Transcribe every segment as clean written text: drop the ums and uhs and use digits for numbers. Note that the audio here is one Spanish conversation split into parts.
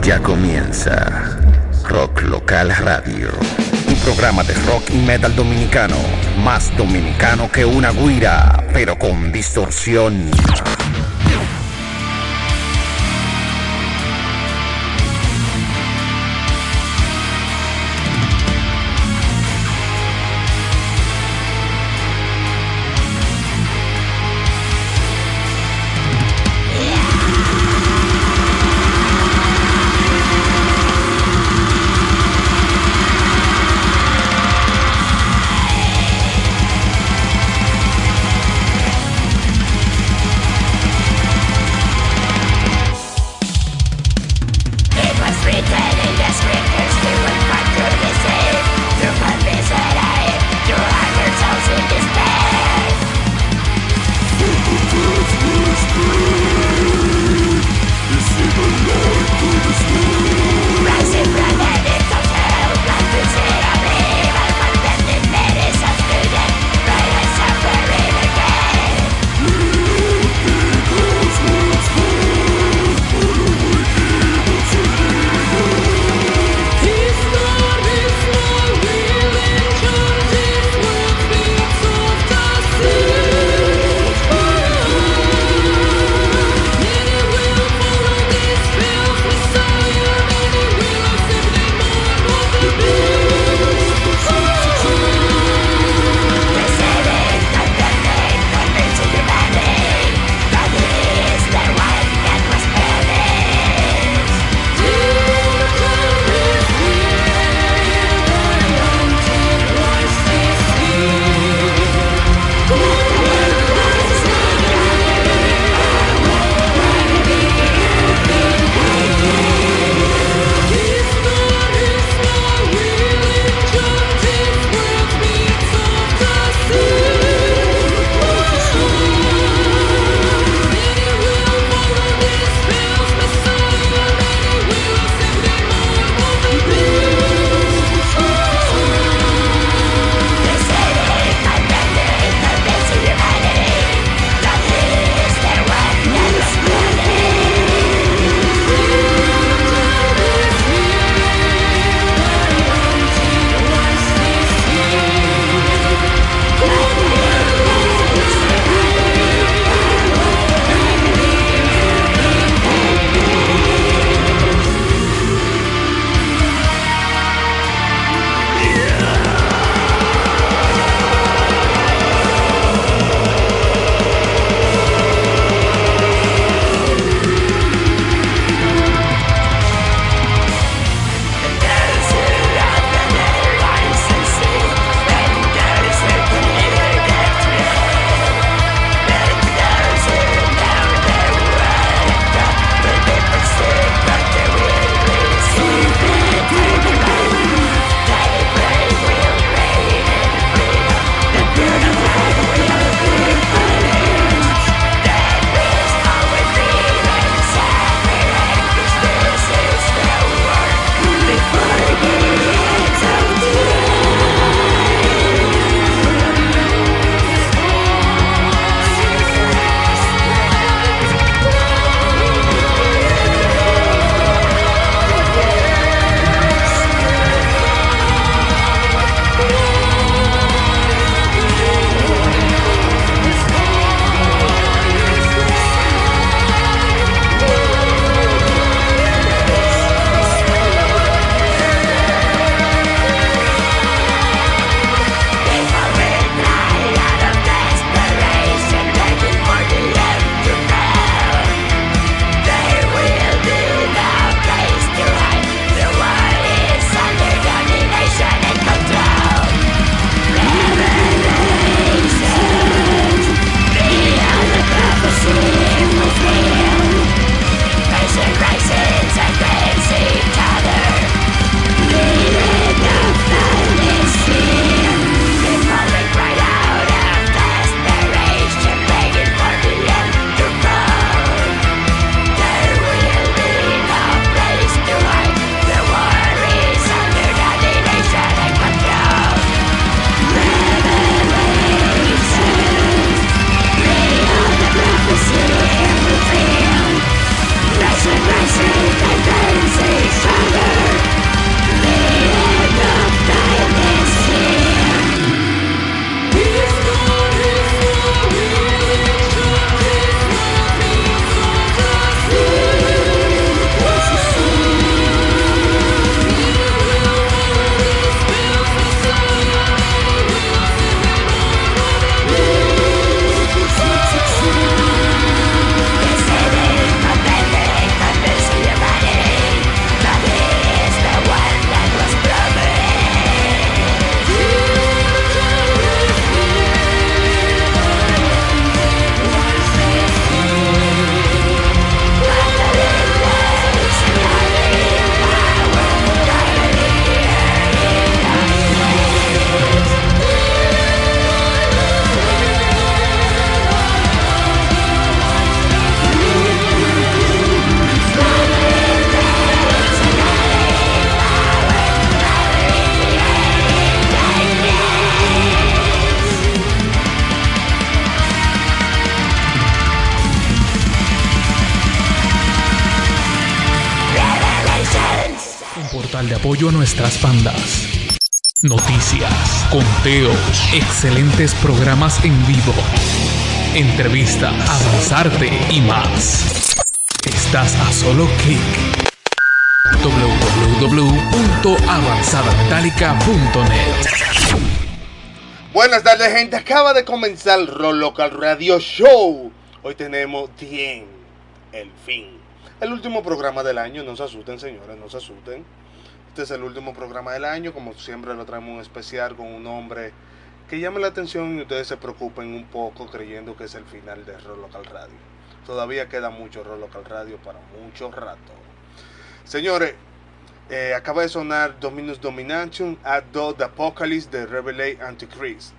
Ya comienza Rock Local Radio, un programa de rock y metal dominicano, más dominicano que una guira, pero con distorsión. portal de apoyo a nuestras bandas. Noticias, conteos, excelentes programas en vivo, entrevistas, avanzarte y más. Estás a solo clic. www.avanzadametallica.net. Buenas tardes, gente. Acaba de comenzar el Rock Local Radio Show. Hoy tenemos The End, el fin. El último programa del año. No se asusten, señores, no se asusten. Este es el último programa del año. Como siempre, lo traemos un especial con un nombre que llame la atención y ustedes se preocupen un poco creyendo que es el final de Rock Local Radio. Todavía queda mucho Rock Local Radio para mucho rato. Señores, acaba de sonar Dominus Domination at the Apocalypse de Revelate Antichrist.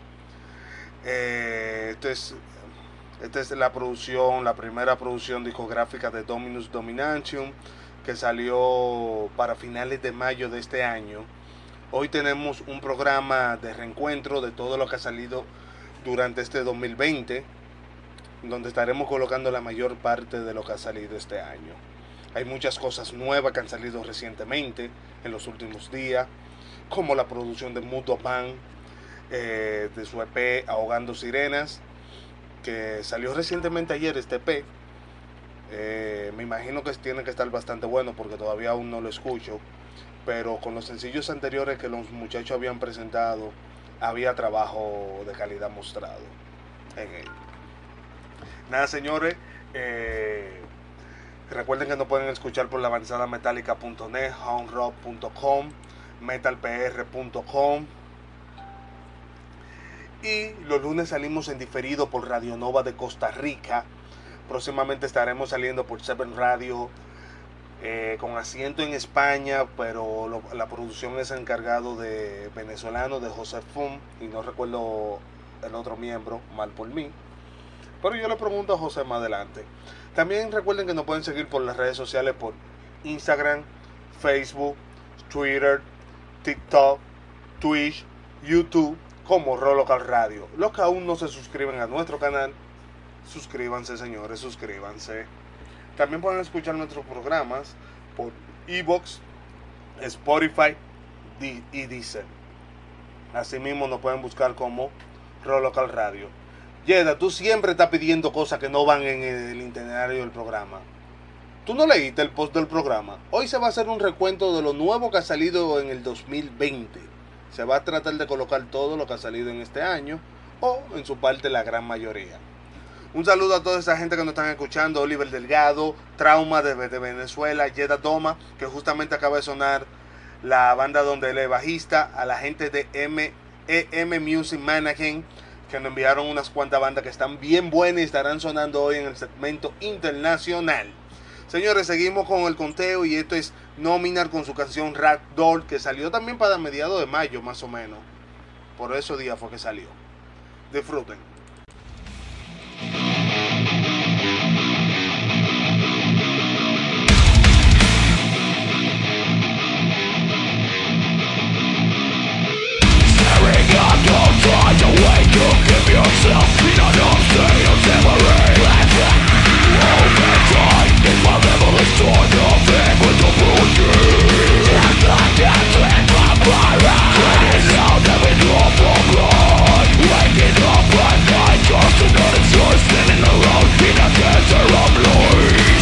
Esta es la producción, la primera producción discográfica de Dominus Domination, que salió para finales de mayo de este año. Hoy tenemos un programa de reencuentro de todo lo que ha salido durante este 2020, donde estaremos colocando la mayor parte de lo que ha salido este año. Hay muchas cosas nuevas que han salido recientemente, en los últimos días, como la producción de Mudo Band, de su EP Ahogando Sirenas, que salió recientemente ayer este EP. Me imagino que tiene que estar bastante bueno porque todavía aún no lo escucho, pero con los sencillos anteriores que los muchachos habían presentado, había trabajo de calidad mostrado en él. Nada, señores, recuerden que nos pueden escuchar por la avanzadametallica.net, homerock.com, metalpr.com, y los lunes salimos en diferido por Radio Nova de Costa Rica. Próximamente estaremos saliendo por Seven Radio, con asiento en España, pero la producción es encargado de venezolano, de José Fum, y no recuerdo el otro miembro, mal por mí, pero yo le pregunto a José más adelante. También recuerden que nos pueden seguir por las redes sociales, por Instagram, Facebook, Twitter, TikTok, Twitch, YouTube, como Rock Local Radio. Los que aún no se suscriben a nuestro canal, suscríbanse, señores, suscríbanse. También pueden escuchar nuestros programas por iVoox, Spotify y Deezer. Asimismo nos pueden buscar como Rock Local Radio. Yeda, tú siempre estás pidiendo cosas que no van en el itinerario del programa. ¿Tú no leíste el post del programa? Hoy se va a hacer un recuento de lo nuevo que ha salido en el 2020. Se va a tratar de colocar todo lo que ha salido en este año, o en su parte la gran mayoría. Un saludo a toda esa gente que nos están escuchando: Oliver Delgado, Trauma de Venezuela, Yeda Toma, que justamente acaba de sonar la banda donde él es bajista, a la gente de EM Music Management, que nos enviaron unas cuantas bandas que están bien buenas y estarán sonando hoy en el segmento internacional. Señores, seguimos con el conteo y esto es Nominar con su canción Ragdoll, que salió también para mediados de mayo más o menos. Por esos días fue que salió. Disfruten. Try to wake you, give yourself in enough state of memory. Over time, if I've ever destroyed nothing but the bullshit. Just like that threat from fire. Cleaning out every drop of blood. Waking up at night just to notice you're spinning around in a cancer of noise.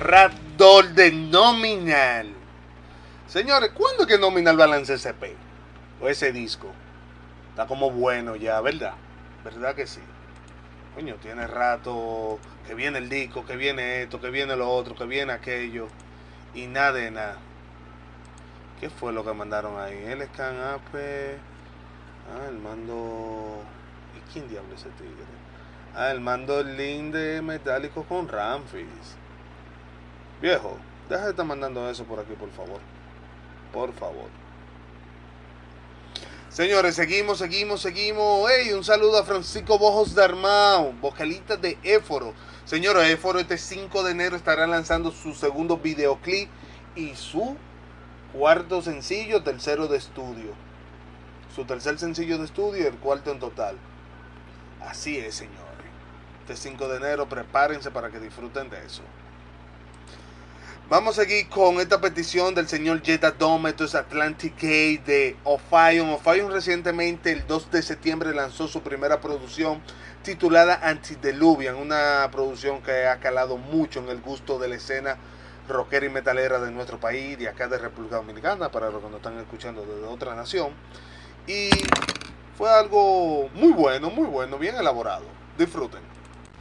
borrador de Nominal. Señores, ¿cuándo es que Nominal va a lanzar ese EP? O ese disco. Está como bueno ya, ¿verdad? ¿Verdad que sí? Coño, tiene rato que viene el disco, que viene esto, que viene lo otro, que viene aquello. Y nada de nada. ¿Qué fue lo que mandaron ahí? El Scan Ape. El mando... ¿Y quién diablo es ese tigre? El mando el link de Metálico con Ramfis. Viejo, deja de estar mandando eso por aquí, por favor. Por favor. Señores, seguimos. Hey, un saludo a Francisco Bojos de Armao, vocalista de Éforo. Señores, Éforo este 5 de enero estará lanzando su segundo videoclip y su cuarto sencillo, tercero de estudio. Su tercer sencillo de estudio y el cuarto en total. Así es, señores. Este 5 de enero, prepárense para que disfruten de eso. Vamos a seguir con esta petición del señor Jetta Dome. Esto es Atlantic Gate de Ophion. Ophion recientemente, el 2 de septiembre, lanzó su primera producción titulada Antediluvian. Una producción que ha calado mucho en el gusto de la escena rockera y metalera de nuestro país, de acá de República Dominicana, para los que nos están escuchando desde otra nación. Y fue algo muy bueno, bien elaborado. Disfruten.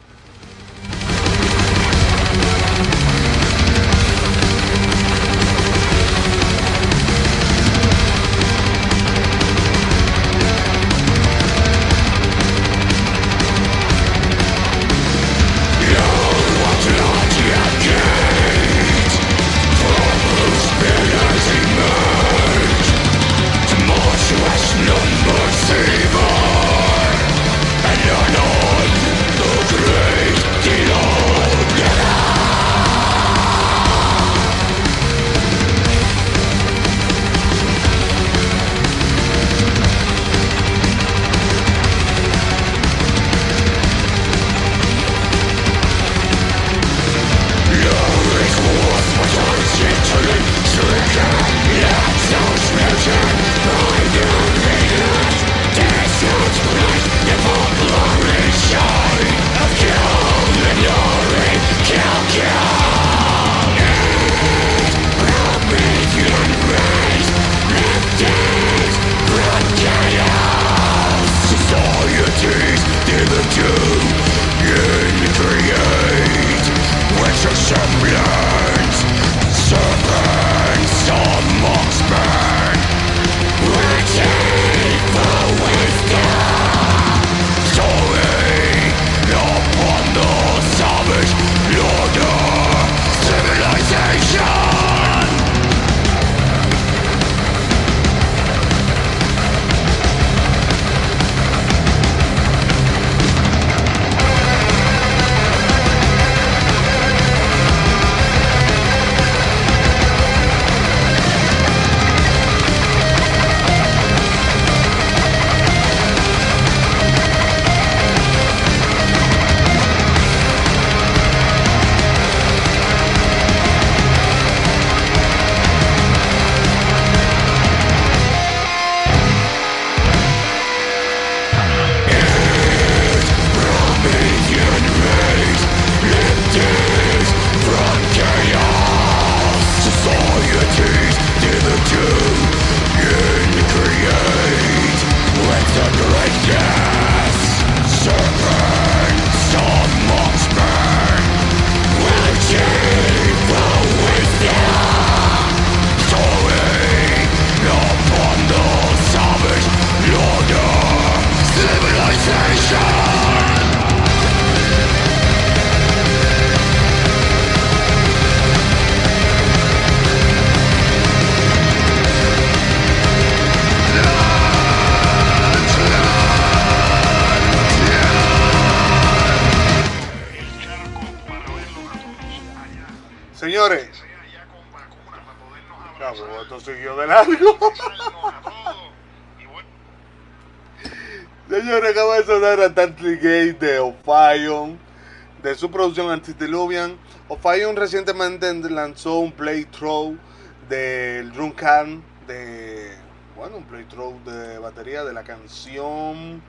Señores, esto siguió de largo. Señores, acaba de sonar Atlantic Gate de Ophion, de su producción Antediluvian. Ophion recientemente lanzó un playthrough del Drum Can, un playthrough de batería de la canción.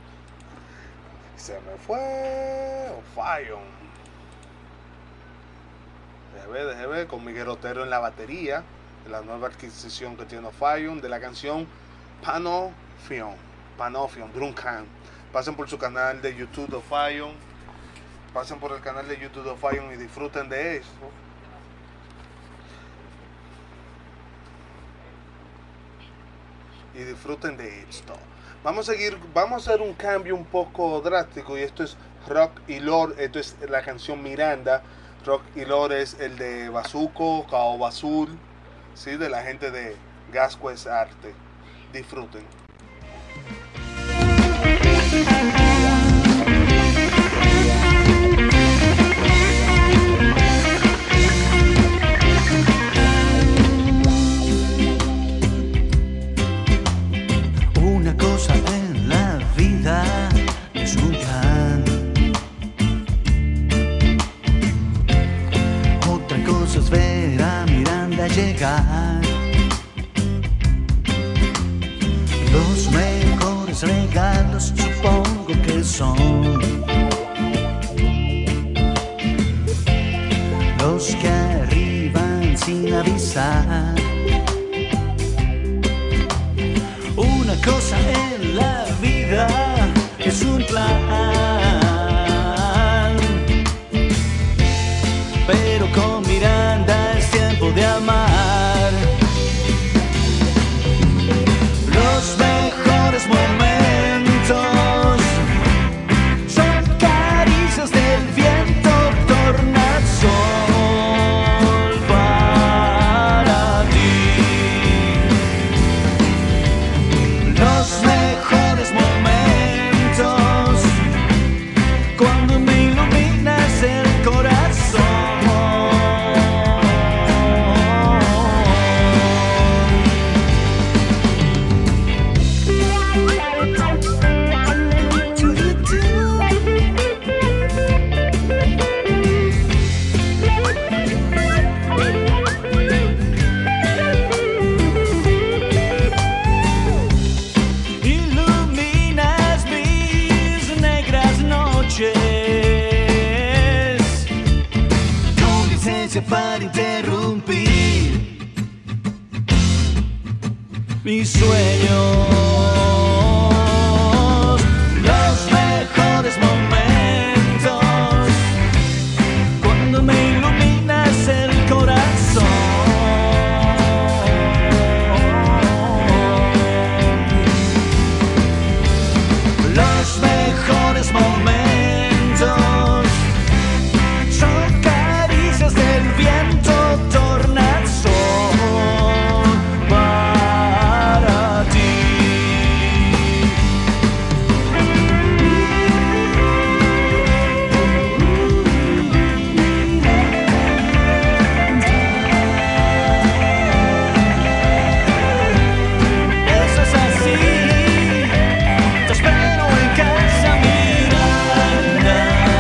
Se me fue Ophion. Deje ver, con Miguel Otero en la batería, de la nueva adquisición que tiene Ophion, de la canción Panophion, Drunken. Pasen por su canal de YouTube de Ophion, pasen por el canal de YouTube de Ophion y disfruten de esto. Y disfruten de esto. Vamos a hacer un cambio un poco drástico y esto es Rock y Lore, esto es la canción Miranda. Rock y Lore es el de Bazuco, Caoba Azul, ¿sí? De la gente de Gasquez Arte. Disfruten. Una cosa en la vida es un plan. Otra cosa es ver a Miranda llegar. Los mejores regalos supongo que son los que arriban sin avisar. Una cosa en la vida es un plan, pero con Miranda es tiempo de amar. Los mejores momentos son caricias del viento, tornasol para ti. Los mejores momentos cuando me iluminas el corazón. Iluminas mis negras noches con licencia para interrumpir mis sueños. Los mejores momentos cuando me iluminas el corazón. Los mejores momentos son caricias del viento, tornasol para ti. Eso es así. Te espero en casa, Miranda.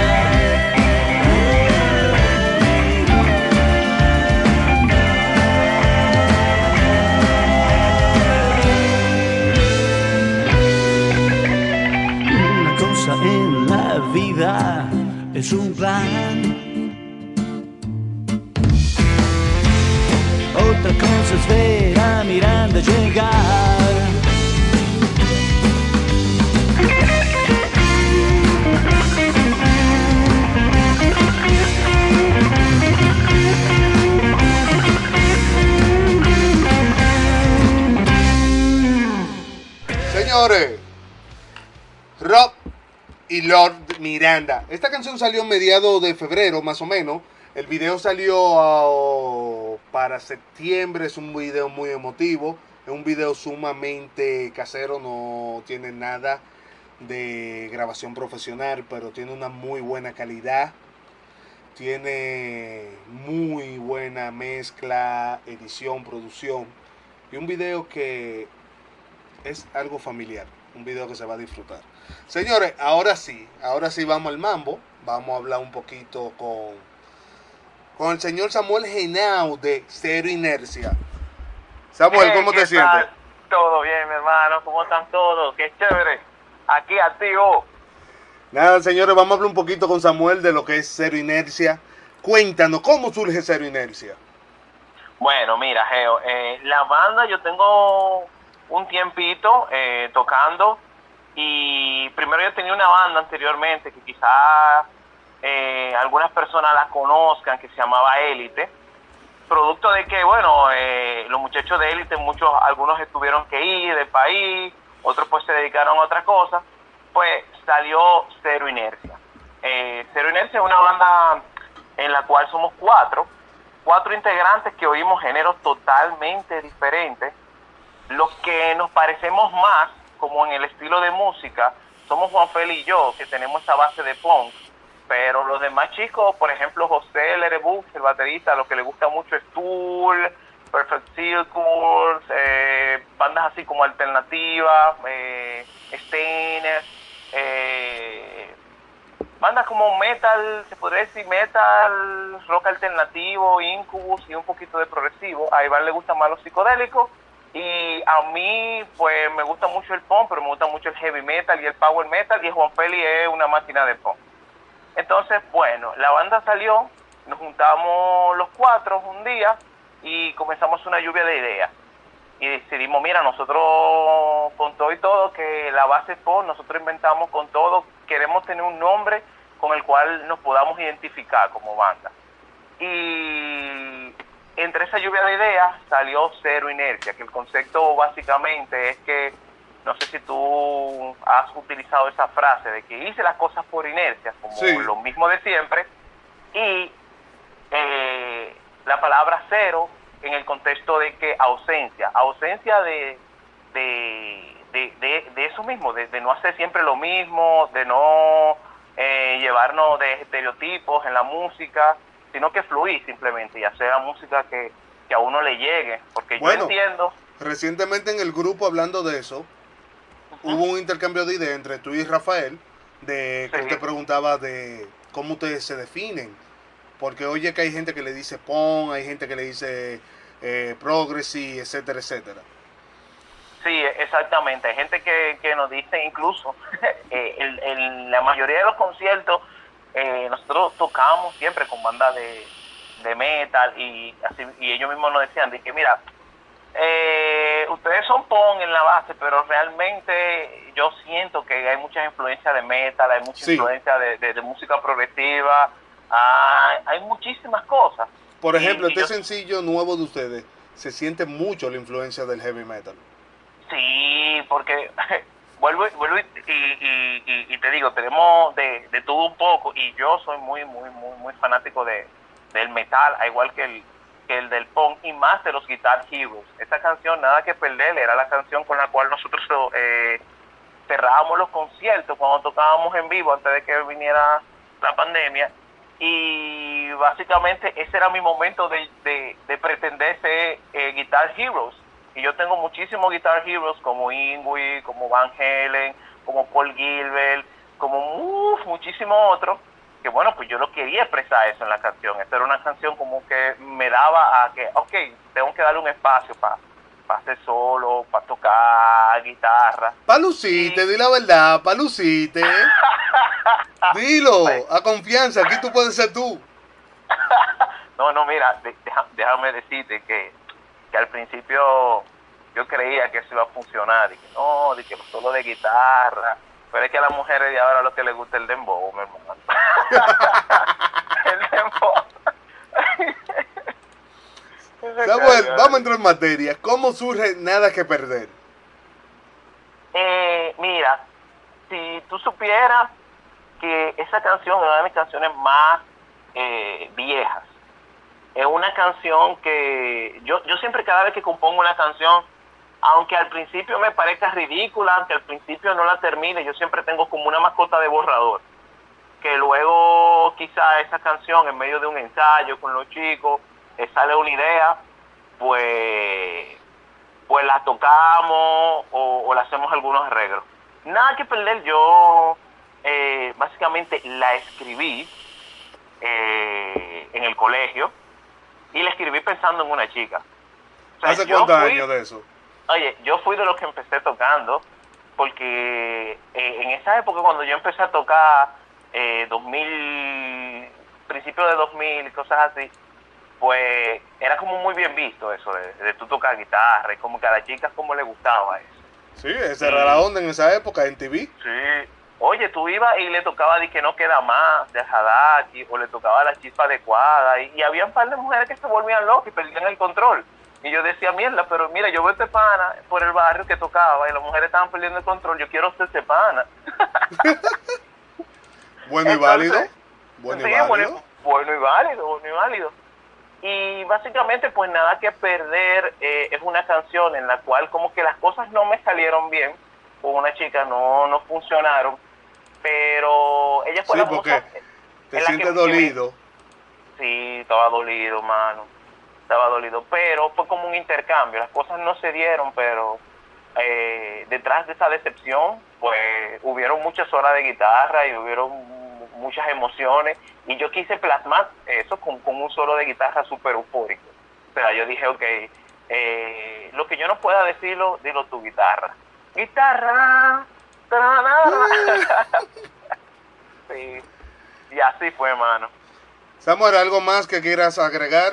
Una cosa en la vida es un plan. Otra cosa es ver a Miranda llegar. Señores, Rock y Lord Miranda. Esta canción salió a mediados de febrero, más o menos. El video salió para septiembre. Es un video muy emotivo. Es un video sumamente casero. No tiene nada de grabación profesional, pero tiene una muy buena calidad. Tiene muy buena mezcla, edición, producción. Y un video que es algo familiar. Un video que se va a disfrutar. Señores, ahora sí vamos al mambo. Vamos a hablar un poquito con el señor Samuel Henao de Cero Inercia. Samuel, ¿cómo te sientes? Todo bien, mi hermano. ¿Cómo están todos? Qué chévere. Aquí activo. Nada, señores, vamos a hablar un poquito con Samuel de lo que es Cero Inercia. Cuéntanos, ¿cómo surge Cero Inercia? Bueno, mira, Geo, la banda yo tengo un tiempito tocando y primero yo tenía una banda anteriormente que quizás algunas personas la conozcan, que se llamaba Élite, producto de que, bueno, los muchachos de Élite, algunos estuvieron que ir del país, otros pues se dedicaron a otra cosa, pues salió Cero Inercia. Cero Inercia es una banda en la cual somos cuatro integrantes que oímos géneros totalmente diferentes. Los que nos parecemos más, como en el estilo de música, somos Juan Feli y yo, que tenemos esa base de punk. Pero los demás chicos, por ejemplo, José Lerebux, el baterista, lo que le gusta mucho es Tool, Perfect Circles, bandas así como alternativas, Steiner, bandas como metal, se podría decir metal, rock alternativo, Incubus y un poquito de progresivo. A Iván le gusta más los psicodélicos y a mí pues me gusta mucho el punk, pero me gusta mucho el heavy metal y el power metal, y Juan Feli es una máquina de punk. Entonces, bueno, la banda salió, nos juntamos los cuatro un día y comenzamos una lluvia de ideas. Y decidimos, mira, nosotros con todo y todo, que la base es pop, nosotros inventamos con todo, queremos tener un nombre con el cual nos podamos identificar como banda. Y entre esa lluvia de ideas salió Cero Inercia, que el concepto básicamente es que, no sé si tú has utilizado esa frase de que hice las cosas por inercia, como Sí. lo mismo de siempre, y la palabra cero en el contexto de que ausencia de eso mismo, de no hacer siempre lo mismo, de no llevarnos de estereotipos en la música, sino que fluir simplemente y hacer la música que a uno le llegue, porque Bueno, yo entiendo. Recientemente en el grupo, hablando de eso, hubo un intercambio de ideas entre tú y Rafael, de que él Sí. te preguntaba de cómo ustedes se definen. Porque oye que hay gente que le dice pon, hay gente que le dice progressive, etcétera, etcétera. Sí, exactamente. Hay gente que nos dice incluso, en la mayoría de los conciertos, nosotros tocábamos siempre con bandas de metal y así, y ellos mismos nos decían de que, mira, ustedes son punk en la base, pero realmente yo siento que hay muchas influencias de metal, hay mucha Sí. influencia de música progresiva, hay muchísimas cosas. Por ejemplo, Y este yo- sencillo nuevo de ustedes, se siente mucho la influencia del heavy metal. Sí, porque vuelvo y te digo, tenemos de todo un poco, y yo soy muy fanático del metal, al igual que el del punk, y más de los Guitar Heroes. Esa canción, Nada que Perder, era la canción con la cual nosotros cerrábamos los conciertos cuando tocábamos en vivo antes de que viniera la pandemia, y básicamente ese era mi momento de pretender ser Guitar Heroes. Y yo tengo muchísimos Guitar Heroes como Ingui, como Van Halen, como Paul Gilbert, como muchísimos otros, que bueno, pues yo lo quería expresar eso en la canción. Esta era una canción como que me daba a que, ok, tengo que darle un espacio para hacer solo, para tocar guitarra. Palucite, di la verdad, Palucite. Dilo, a confianza, aquí tú puedes ser tú. No, mira, déjame decirte que al principio yo creía que eso iba a funcionar, de que no, de que solo de guitarra, pero es que a las mujeres de ahora lo que les gusta es el dembow, mi hermano. El dembow. Samuel, vamos a entrar en materia. ¿Cómo surge Nada que Perder? Mira, si tú supieras que esa canción es una de mis canciones más viejas. Es una canción que yo siempre, cada vez que compongo una canción, aunque al principio me parezca ridícula, aunque al principio no la termine, yo siempre tengo como una mascota de borrador, que luego quizá esa canción en medio de un ensayo con los chicos sale una idea, pues la tocamos o le hacemos algunos arreglos. Nada que Perder, yo básicamente la escribí en el colegio, y la escribí pensando en una chica. O sea, ¿Hace cuántos años de eso? Oye, yo fui de los que empecé tocando, porque en esa época cuando yo empecé a tocar, principios de 2000 y cosas así, pues era como muy bien visto eso de tú tocar guitarra y como que a las chicas como le gustaba eso. Sí, esa era la onda en esa época en TV. Sí. Oye, tú ibas y le tocaba de que no queda más, de Hadaki, o le tocaba la chispa adecuada, y había un par de mujeres que se volvían locas y perdían el control. Y yo decía, mierda, pero mira, yo veo este pana por el barrio que tocaba y las mujeres estaban perdiendo el control, yo quiero ser ese pana. Bueno y válido. Bueno y válido. Bueno y válido. Y básicamente, pues Nada que Perder es una canción en la cual como que las cosas no me salieron bien, con una chica no funcionaron, pero ella fue Sí, la porque musa te sientes dolido. Sí, estaba dolido, mano. Estaba dolido, pero fue como un intercambio. Las cosas no se dieron, pero detrás de esa decepción, pues hubieron muchas horas de guitarra y hubieron muchas emociones. Y yo quise plasmar eso con un solo de guitarra súper eufórico. O sea, yo dije, ok, lo que yo no pueda decirlo, dilo tu guitarra. Guitarra. Sí, y así fue, mano. Samuel, ¿algo más que quieras agregar?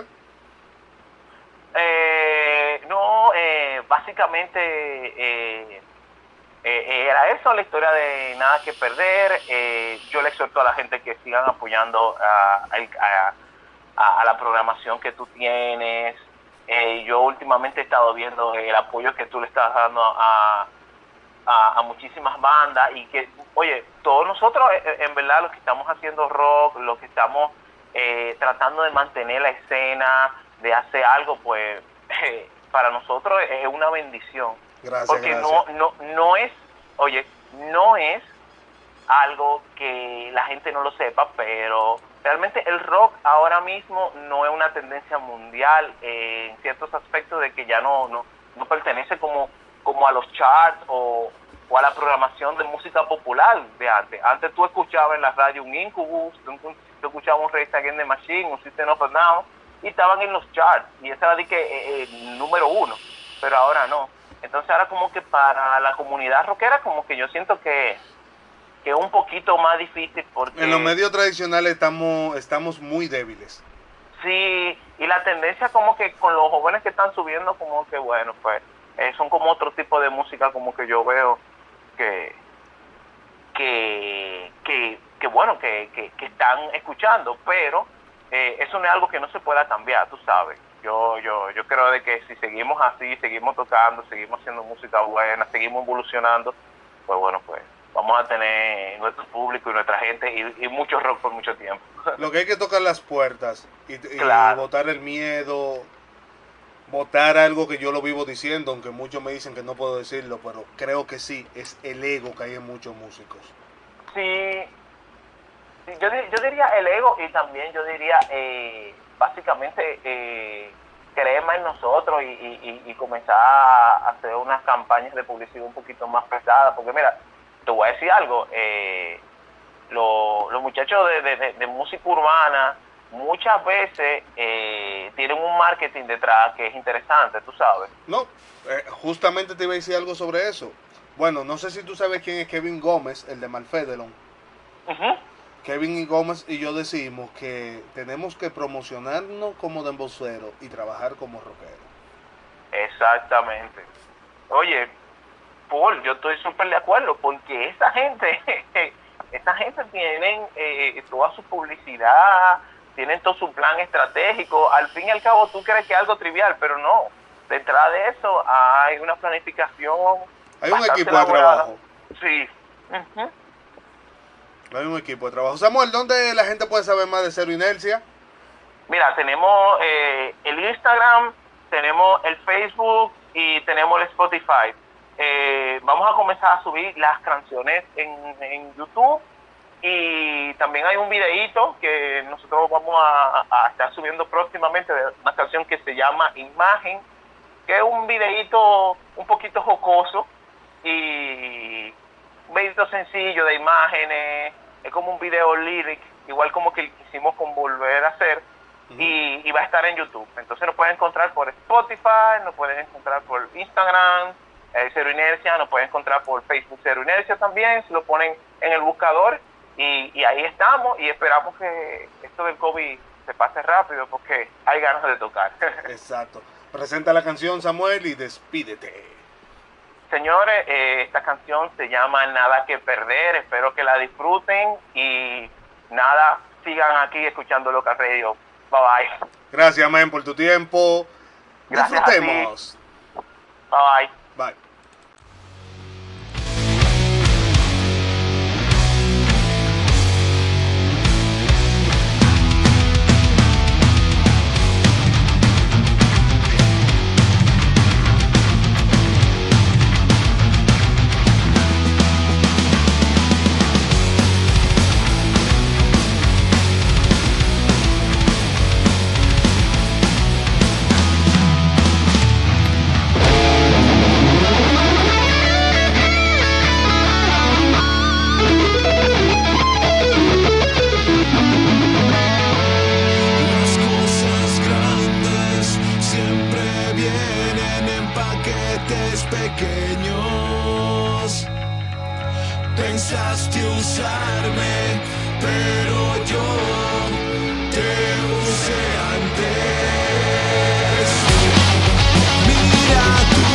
No, básicamente era eso, la historia de Nada que Perder. Yo le exhorto a la gente que sigan apoyando a la programación que tú tienes. Yo últimamente he estado viendo el apoyo que tú le estás dando a muchísimas bandas y que, oye, todos nosotros en verdad los que estamos haciendo rock, los que estamos tratando de mantener la escena, de hacer algo, pues para nosotros es una bendición. Gracias, porque gracias. no es, oye, no es algo que la gente no lo sepa, pero realmente el rock ahora mismo no es una tendencia mundial en ciertos aspectos de que ya no pertenece como a los charts o a la programación de música popular de antes. Antes tú escuchabas en la radio un Incubus, tú escuchabas un Rage Against the Machine, un System of a Down, y estaban en los charts, y esa era de que número uno, pero ahora no. Entonces ahora como que para la comunidad rockera como que yo siento que es un poquito más difícil porque... En los medios tradicionales estamos muy débiles. Sí, y la tendencia como que con los jóvenes que están subiendo como que bueno, pues son como otro tipo de música como que yo veo que bueno, que están escuchando, pero eso no es algo que no se pueda cambiar, tú sabes. Yo creo de que si seguimos así, seguimos tocando, seguimos haciendo música buena, seguimos evolucionando, pues bueno, pues vamos a tener nuestro público y nuestra gente y mucho rock por mucho tiempo. Lo que hay que tocar las puertas y Claro. botar el miedo, botar algo que yo lo vivo diciendo, aunque muchos me dicen que no puedo decirlo, pero creo que sí, es el ego que hay en muchos músicos. Sí, yo diría el ego y también yo diría básicamente creer más en nosotros y comenzar a hacer unas campañas de publicidad un poquito más pesadas, porque mira, te voy a decir algo, los muchachos de música urbana muchas veces tienen un marketing detrás que es interesante, tú sabes. No, justamente te iba a decir algo sobre eso. Bueno, no sé si tú sabes quién es Kevin Gómez, el de Malfedelon. Uh-huh. Kevin y Gómez y yo decimos que tenemos que promocionarnos como demboceros y trabajar como rockeros. Exactamente. Oye, Paul, yo estoy súper de acuerdo porque esa gente tienen toda su publicidad, tienen todo su plan estratégico. Al fin y al cabo tú crees que es algo trivial, pero no. Detrás de eso hay una planificación. Hay un equipo de elaborada. trabajo. Sí. Uh-huh. Hay un equipo de trabajo. Samuel, ¿dónde la gente puede saber más de Cero Inercia? Mira, tenemos el Instagram, tenemos el Facebook y tenemos el Spotify. Vamos a comenzar a subir las canciones en YouTube y también hay un videíto que nosotros vamos a estar subiendo próximamente de una canción que se llama Imagen, que es un videíto un poquito jocoso y un videíto sencillo de imágenes, es como un video lyric, igual como que quisimos con Volver a Hacer. Y va a estar en YouTube. Entonces lo pueden encontrar por Spotify, lo pueden encontrar por Instagram, Cero Inercia, lo pueden encontrar por Facebook Cero Inercia también. Si lo ponen en el buscador, Y ahí estamos y esperamos que esto del COVID se pase rápido porque hay ganas de tocar. Exacto. Presenta la canción, Samuel, y despídete. Señores, esta canción se llama Nada que Perder, espero que la disfruten y nada, sigan aquí escuchando Local Radio. Bye bye. Gracias, men, por tu tiempo. Gracias Disfrutemos. Bye bye. Bye. Las cosas grandes siempre vienen en paquetes pequeños. Pensaste usarme, pero yo te usé antes. Mira tu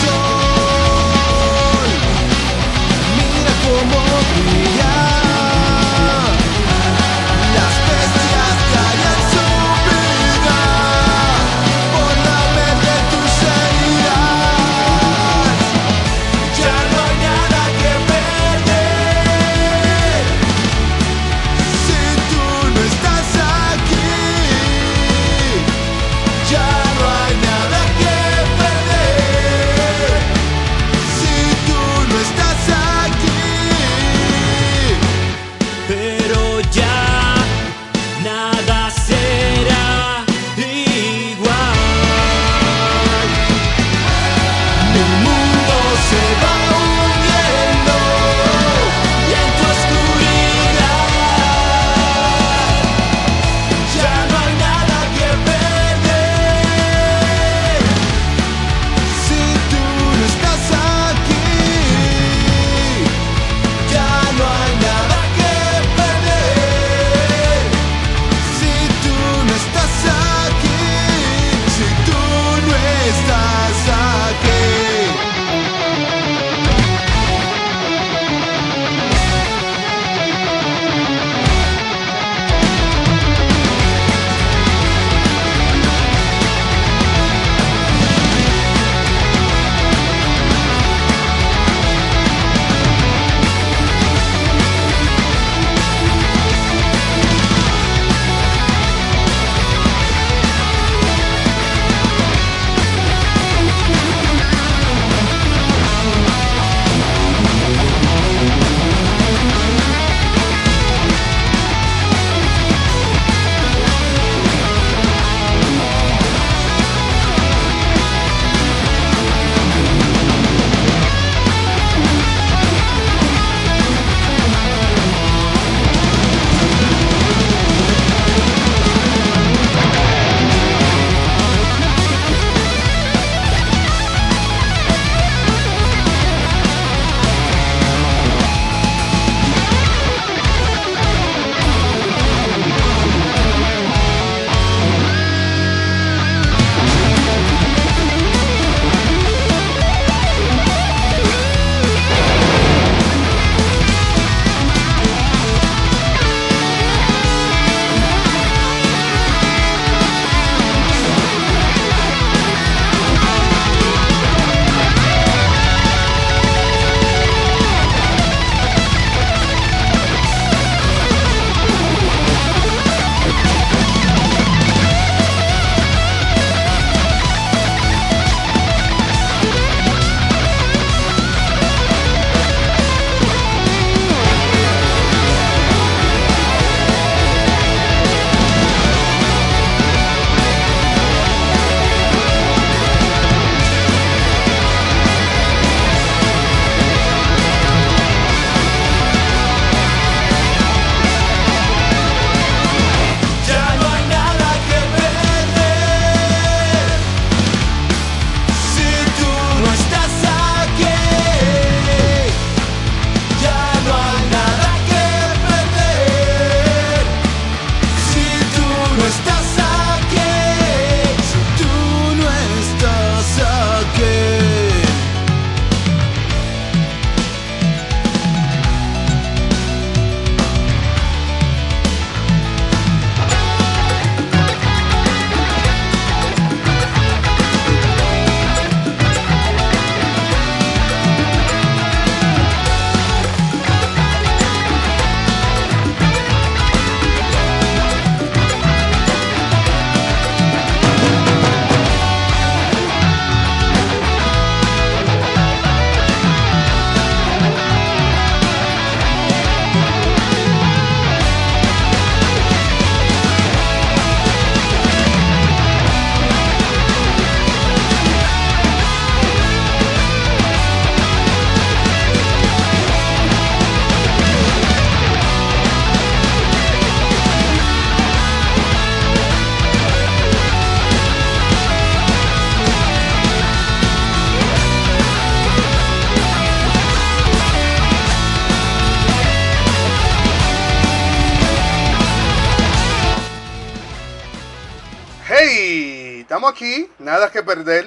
sol, mira cómo brilla. Las bestias callan su vida por la mente de tus heridas. Ya no hay nada que perder si tú Hey, estamos aquí, nada que perder.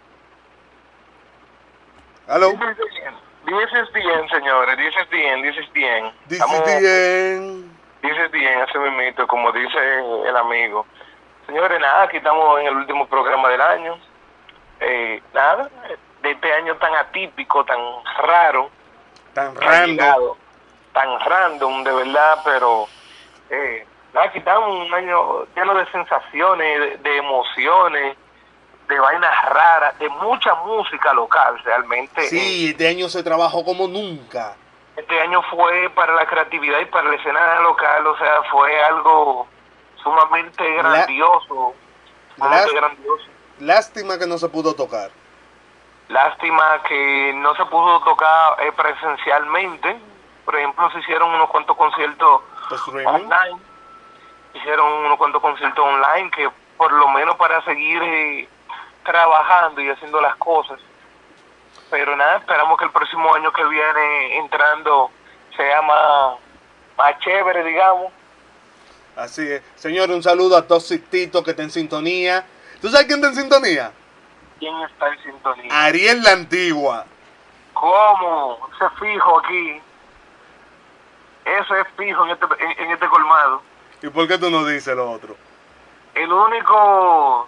Hello. This is the end, señores. This is the end. This is the end. This is the end. This is the end, así mismito, como dice el amigo. Señores, nada, aquí estamos en el último programa del año. Nada, de este año tan atípico, tan raro. Tan random. Tan random, de verdad, pero... nada, aquí estamos un año lleno de sensaciones, de emociones, de vainas raras, de mucha música local, realmente. Sí, este año se trabajó como nunca. Este año fue para la creatividad y para la escena local, o sea, fue algo sumamente grandioso. Grandioso. Lástima que no se pudo tocar. Lástima que no se pudo tocar presencialmente. Por ejemplo, se hicieron unos cuantos conciertos online. Hicieron unos cuantos conciertos online que por lo menos para seguir trabajando y haciendo las cosas. Pero nada, esperamos que el próximo año que viene entrando sea más chévere, digamos. Así es. Señor, un saludo a Toxic Tito que está en sintonía. ¿Tú sabes quién está en sintonía? ¿Quién está en sintonía? Ariel la Antigua. ¿Cómo? Ese fijo aquí. Eso es fijo en este colmado. ¿Y por qué tú no dices lo otro? El único.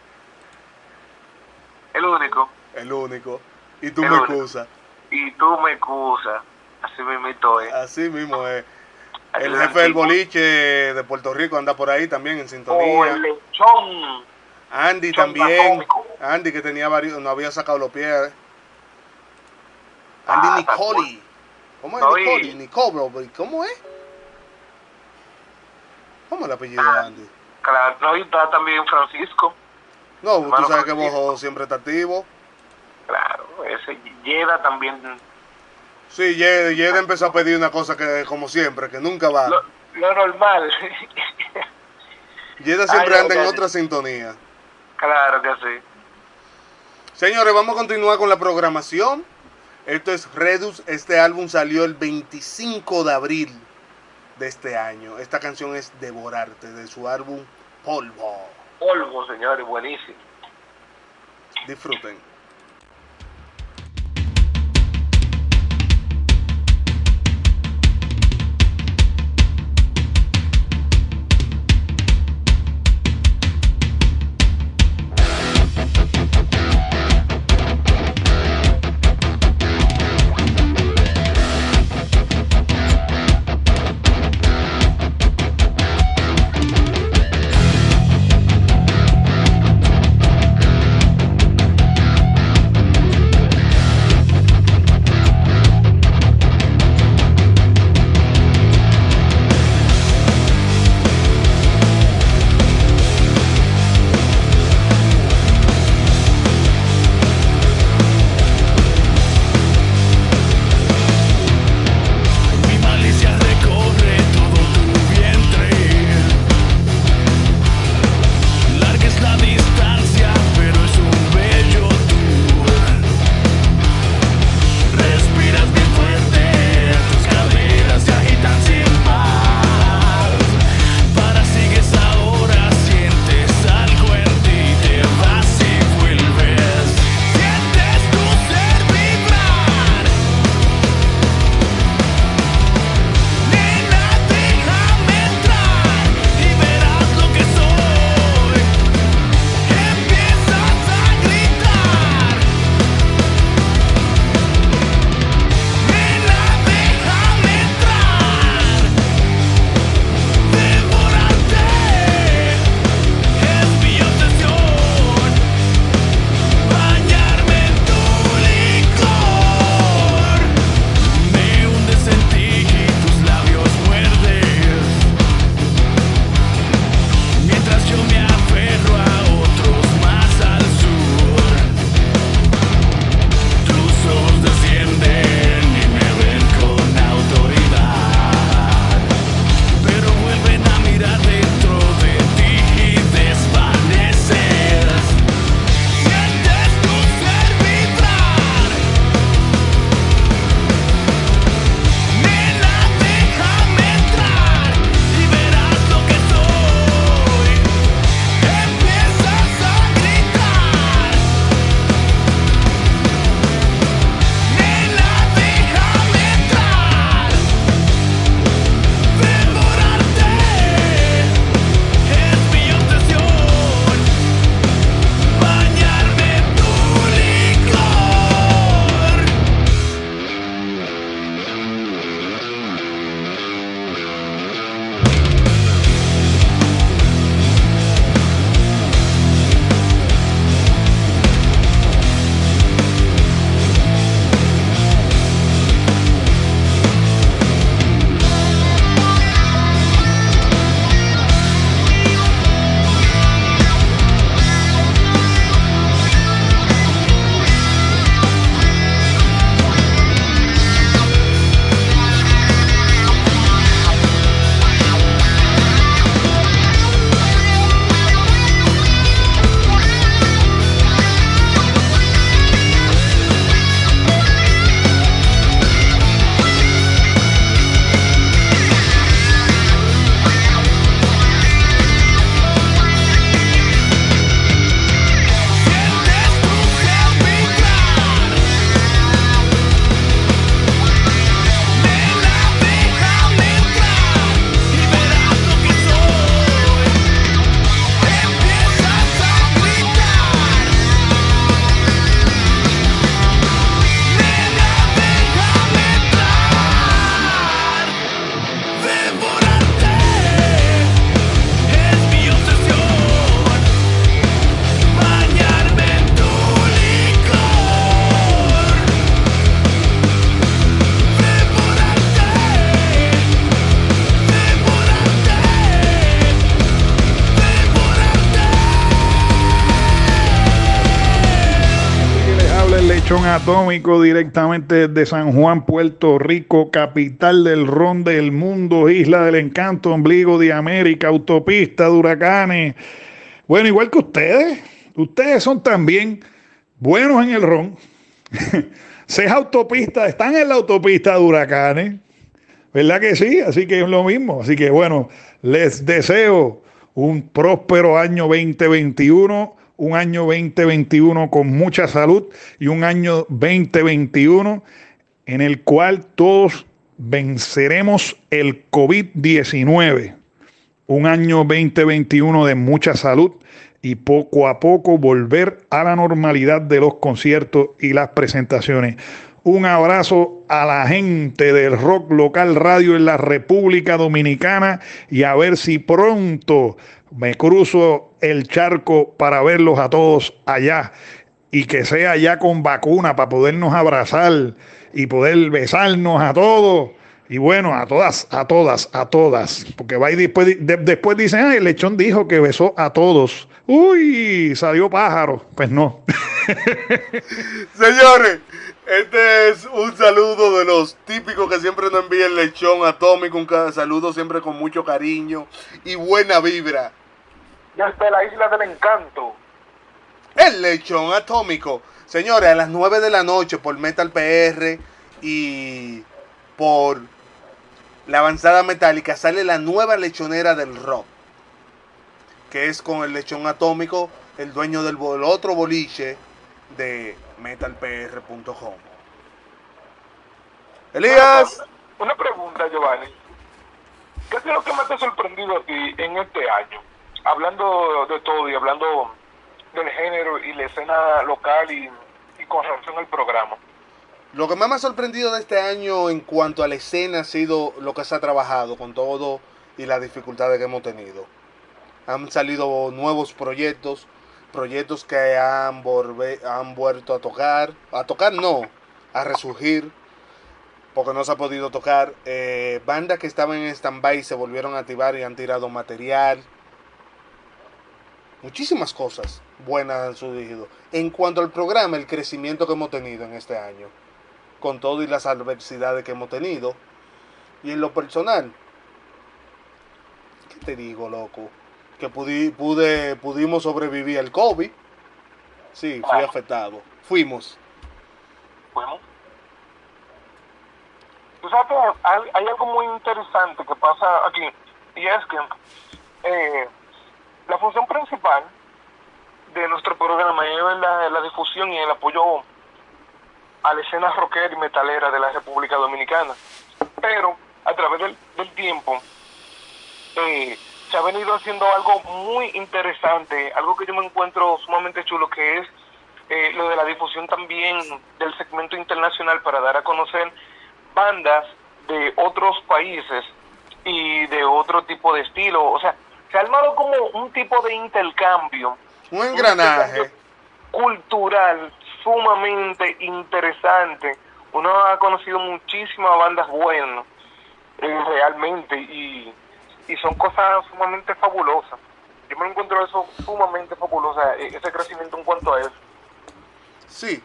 Y tú me excusas. Y tú me excusas. Así mismo es. Así mismo es. El jefe del boliche de Puerto Rico anda por ahí también en sintonía. Oh, el lechón. Andy también. Andy que tenía varios, no había sacado los pies. Andy Nicoli. ¿Cómo es Nicoli? Nicole, ¿cómo es? ¿Cómo es el apellido de Andy? Claro, no, y está también Francisco. No, tú sabes que Bojo siempre está activo. Claro, ese Yeda también. Sí, Yeda empezó a pedir una cosa que, como siempre, que nunca va. Lo normal. Yeda siempre anda en otra sintonía. Claro que sí. Señores, vamos a continuar con la programación. Esto es Redux. Este álbum salió el 25 de abril de este año. Esta canción es Devorarte, de su álbum Polvo. Polvo, señores, buenísimo. Disfruten. Lechón Atómico directamente desde San Juan, Puerto Rico, capital del ron del mundo, isla del encanto, ombligo de América, autopista de huracanes. Bueno, igual que ustedes son también buenos en el ron. Se es autopista, están en la autopista de huracanes, ¿verdad que sí? Así que es lo mismo. Así que bueno, les deseo un próspero año 2021, un año 2021 con mucha salud y un año 2021 en el cual todos venceremos el COVID-19. Un año 2021 de mucha salud y poco a poco volver a la normalidad de los conciertos y las presentaciones. Un abrazo a la gente del Rock Local Radio en la República Dominicana y a ver si pronto me cruzo el charco para verlos a todos allá y que sea ya con vacuna para podernos abrazar y poder besarnos a todos. Y bueno, a todas, porque va y después dicen, el lechón dijo que besó a todos. Uy, salió pájaro. Pues no. Señores, este es un saludo de los típicos que siempre nos envía el lechón atómico, un saludo siempre con mucho cariño y buena vibra. Desde la isla del encanto. El lechón atómico. Señores, a las 9 de la noche por Metal PR y por La Avanzada Metálica sale la nueva lechonera del rock, que es con el lechón atómico, el dueño del otro boliche de metalpr.com. Elías. Una pregunta, Giovanni. ¿Qué es lo que más te ha sorprendido a ti en este año? Hablando de todo y hablando del género y la escena local y con relación al programa. Lo que más me ha sorprendido de este año en cuanto a la escena ha sido lo que se ha trabajado con todo y las dificultades que hemos tenido. Han salido nuevos proyectos que han vuelto a resurgir, porque no se ha podido tocar. Bandas que estaban en stand-by se volvieron a activar y han tirado material. Muchísimas cosas buenas han surgido. En cuanto al programa, el crecimiento que hemos tenido en este año, con todo y las adversidades que hemos tenido. Y en lo personal, ¿qué te digo, loco? Que pudimos sobrevivir al COVID. Sí, fui afectado. Fuimos. Tú sabes que hay algo muy interesante que pasa aquí, y es que la función principal de nuestro programa es la difusión y el apoyo a la escena rockera y metalera de la República Dominicana. Pero a través del tiempo se ha venido haciendo algo muy interesante, algo que yo me encuentro sumamente chulo, que es lo de la difusión también del segmento internacional para dar a conocer bandas de otros países y de otro tipo de estilo. O sea, se ha armado como un tipo de intercambio. Un engranaje cultural sumamente interesante. Uno ha conocido muchísimas bandas buenas realmente y son cosas sumamente fabulosas. Yo me encuentro eso sumamente fabulosa, ese crecimiento en cuanto a eso. Sí.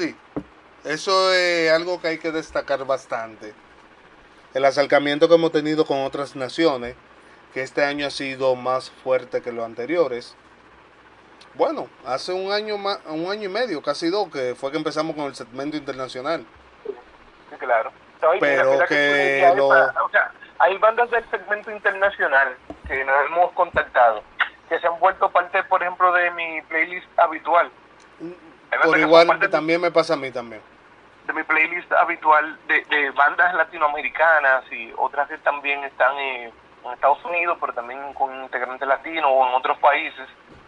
Eso es algo que hay que destacar bastante. El acercamiento que hemos tenido con otras naciones, que este año ha sido más fuerte que los anteriores. Bueno, hace un año y medio, casi dos, que fue que empezamos con el segmento internacional. Sí, claro. Pero o sea, hay bandas del segmento internacional que nos hemos contactado, que se han vuelto parte, por ejemplo, de mi playlist habitual. Por igual también me pasa a mí también. De mi playlist habitual de bandas latinoamericanas y otras que también están en Estados Unidos, pero también con integrantes latinos o en otros países.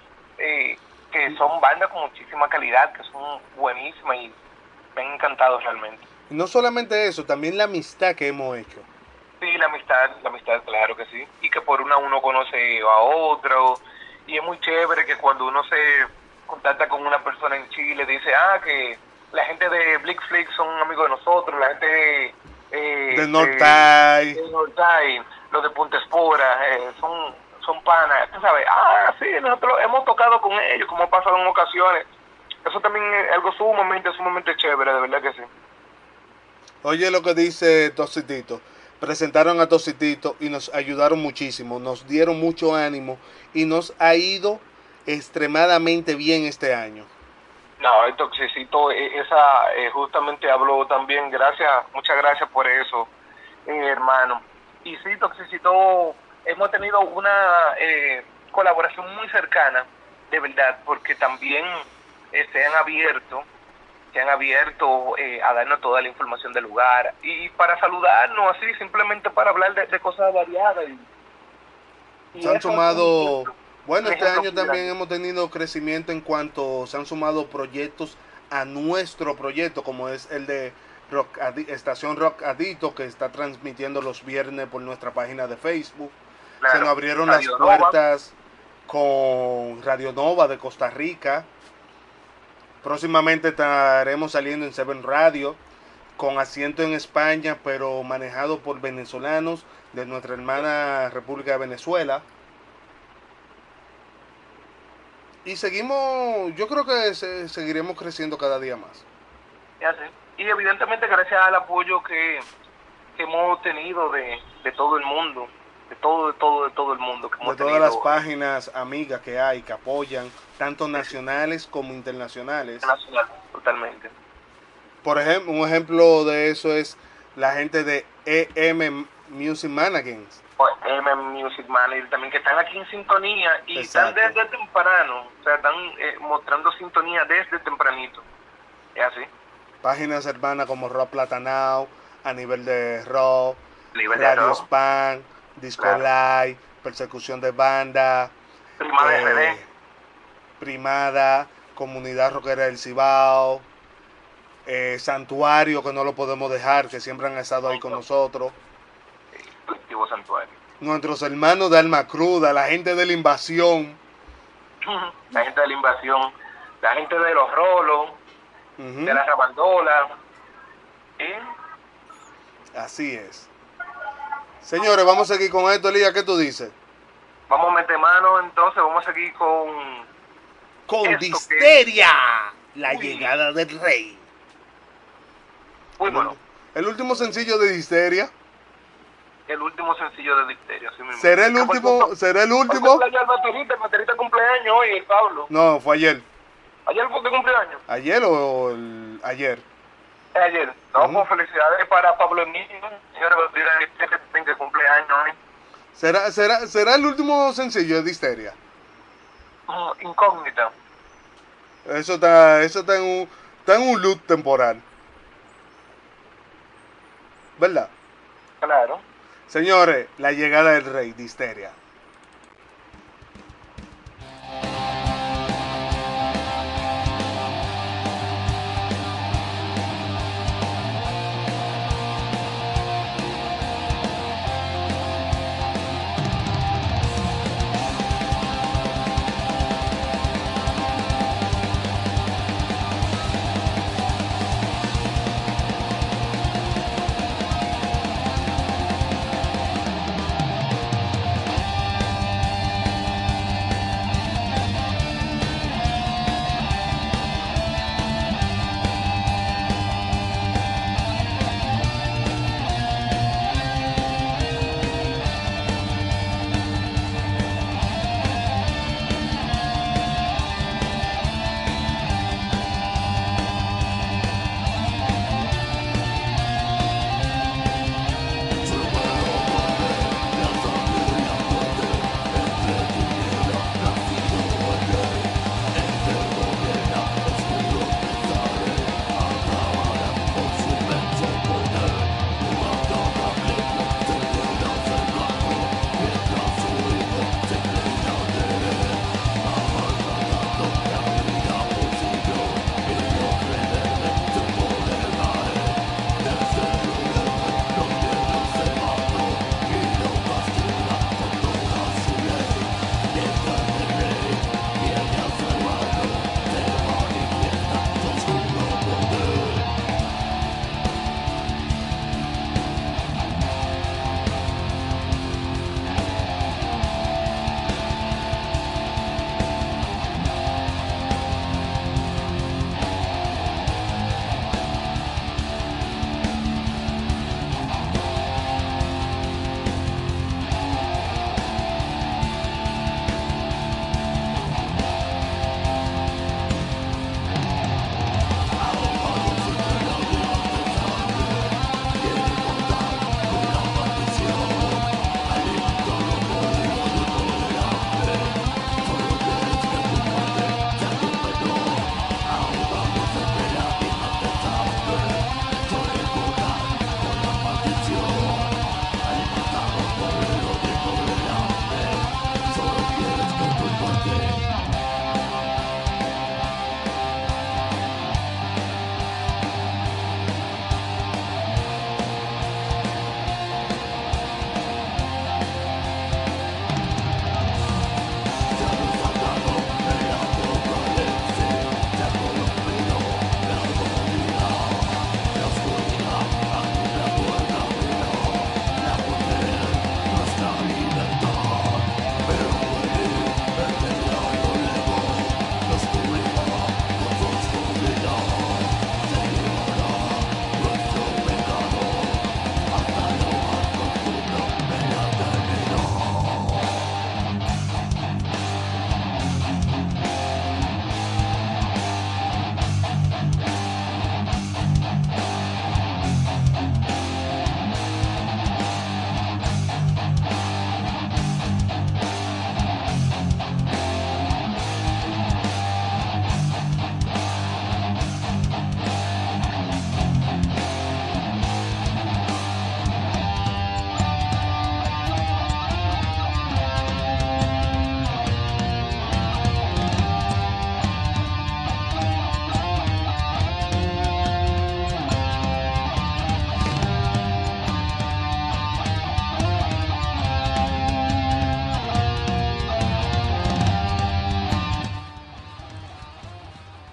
Que son bandas con muchísima calidad, que son buenísimas y me han encantado realmente. Y no solamente eso, también la amistad que hemos hecho. Sí, la amistad, claro que sí. Y que por uno conoce a otro. Y es muy chévere que cuando uno se contacta con una persona en Chile, dice, que la gente de Blickflix son amigos de nosotros, la gente de Northside, los de Punta Espora, son panas, tú sabes, sí, nosotros hemos tocado con ellos, como ha pasado en ocasiones, eso también es algo sumamente chévere, de verdad que sí. Oye lo que dice Tositito. Presentaron a Tositito y nos ayudaron muchísimo, nos dieron mucho ánimo y nos ha ido extremadamente bien este año. No, el Toxicito, justamente habló también, muchas gracias por eso, hermano. Y sí, Toxicito, hemos tenido una colaboración muy cercana, de verdad, porque también se han abierto a darnos toda la información del lugar y para saludarnos así, simplemente para hablar de cosas variadas. Se han sumado, bueno, un este ejemplo año muy también grande. hemos tenido crecimiento en cuanto se han sumado proyectos a nuestro proyecto, como es el de Estación Rock Adito, que está transmitiendo los viernes por nuestra página de Facebook. Claro, Se nos abrieron Radio las Nova. puertas con Radio Nova de Costa Rica. Próximamente estaremos saliendo en Seven Radio, con asiento en España, pero manejado por venezolanos de nuestra hermana República de Venezuela. Y seguimos, yo creo que seguiremos creciendo cada día más. Ya sé. Y evidentemente gracias al apoyo que hemos tenido de todo el mundo, de todo el mundo. Que De hemos todas tenido, las páginas amigas que hay, que apoyan, tanto nacionales como internacionales. nacional, totalmente. Por ejemplo, un ejemplo de eso es la gente de EM Music Mannequins. M Music Manager también, que están aquí en sintonía y Exacto. están desde temprano, o sea, están mostrando sintonía desde tempranito. Es así. Páginas hermanas como Rock Platanao, a nivel de rock, Nivel de Radio rock. Span, Disco Claro. Live, Persecución de Banda, Prima de RD. Primada, Comunidad Rockera del Cibao, Santuario, que no lo podemos dejar, que siempre han estado ahí con nosotros. Colectivo Santuario. Nuestros hermanos de Alma Cruda, la gente de la invasión. La gente de la invasión, la gente de los rolos, Ujú. de la rabandola. Así es. Señores, vamos a seguir con esto, Elías, ¿qué tú dices? Vamos a meter mano, entonces vamos a seguir con Con Esto Disteria, la Uy. llegada del rey. muy bueno, El último sencillo de Disteria. el último sencillo de Difteria. Así mismo. ¿Será el Que, por último? cierto, ¿Será el hoy último? cumpleaños el baterista cumpleaños hoy, el Pablo. No, fue ayer. Ayer fue que cumpleaños. ¿Ayer o ayer? Ayer. No, Ujú. pues felicidades para Pablo Emilio, señor baterista que cumpleaños hoy. ¿Será el último sencillo de Disteria? Incógnita. Eso está en un loop temporal. ¿Verdad? Claro. Señores, la llegada del rey, Disteria.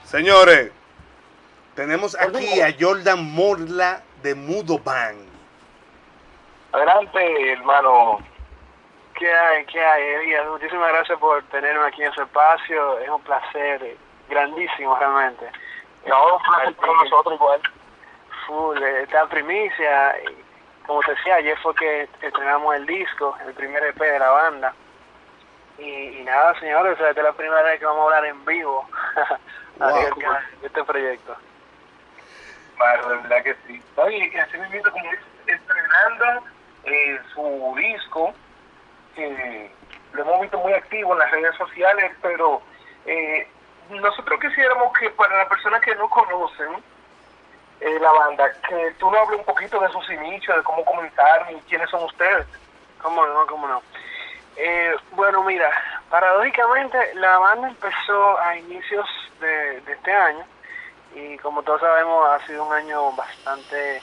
Señores, tenemos aquí a Jordan Morla de Mudo Band. Adelante, hermano. ¿Qué hay? ¿Qué hay, Elías? Muchísimas gracias por tenerme aquí en su espacio. Es un placer grandísimo, realmente. No, un placer con nosotros igual. Full, esta primicia. Como te decía, ayer fue que estrenamos el disco, el primer EP de la banda. Y nada, señores, o sea, esta es la primera vez que vamos a hablar en vivo acerca de este proyecto. Bueno, de verdad que sí. Y así mismo, como dice, estrenando su disco, lo hemos visto muy activo en las redes sociales, pero nosotros quisiéramos que para las personas que no conocen la banda, que tú nos hables un poquito de sus inicios, de cómo comenzaron y quiénes son ustedes. ¿Cómo no? ¿Cómo no? Bueno, mira, paradójicamente la banda empezó a inicios de este año y como todos sabemos ha sido un año bastante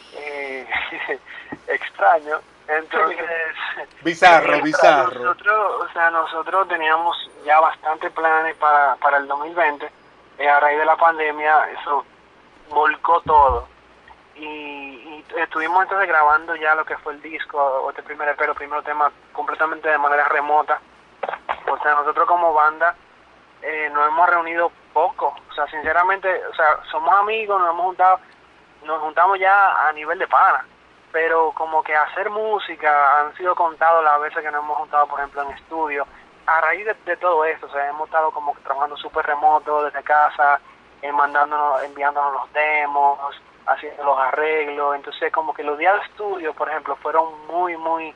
extraño. Entonces, bizarro. Nosotros teníamos ya bastantes planes para el 2020. A raíz de la pandemia eso volcó todo y estuvimos entonces grabando ya lo que fue el disco o este primer EP, primero tema completamente de manera remota. O sea, nosotros como banda nos hemos reunido poco, o sea, sinceramente, o sea, somos amigos, nos juntamos ya a nivel de pana, pero como que hacer música han sido contados las veces que nos hemos juntado, por ejemplo, en estudio. A raíz de todo esto, o sea, hemos estado como que trabajando súper remoto desde casa, enviándonos los demos, haciendo los arreglos. Entonces como que los días de estudio, por ejemplo, fueron muy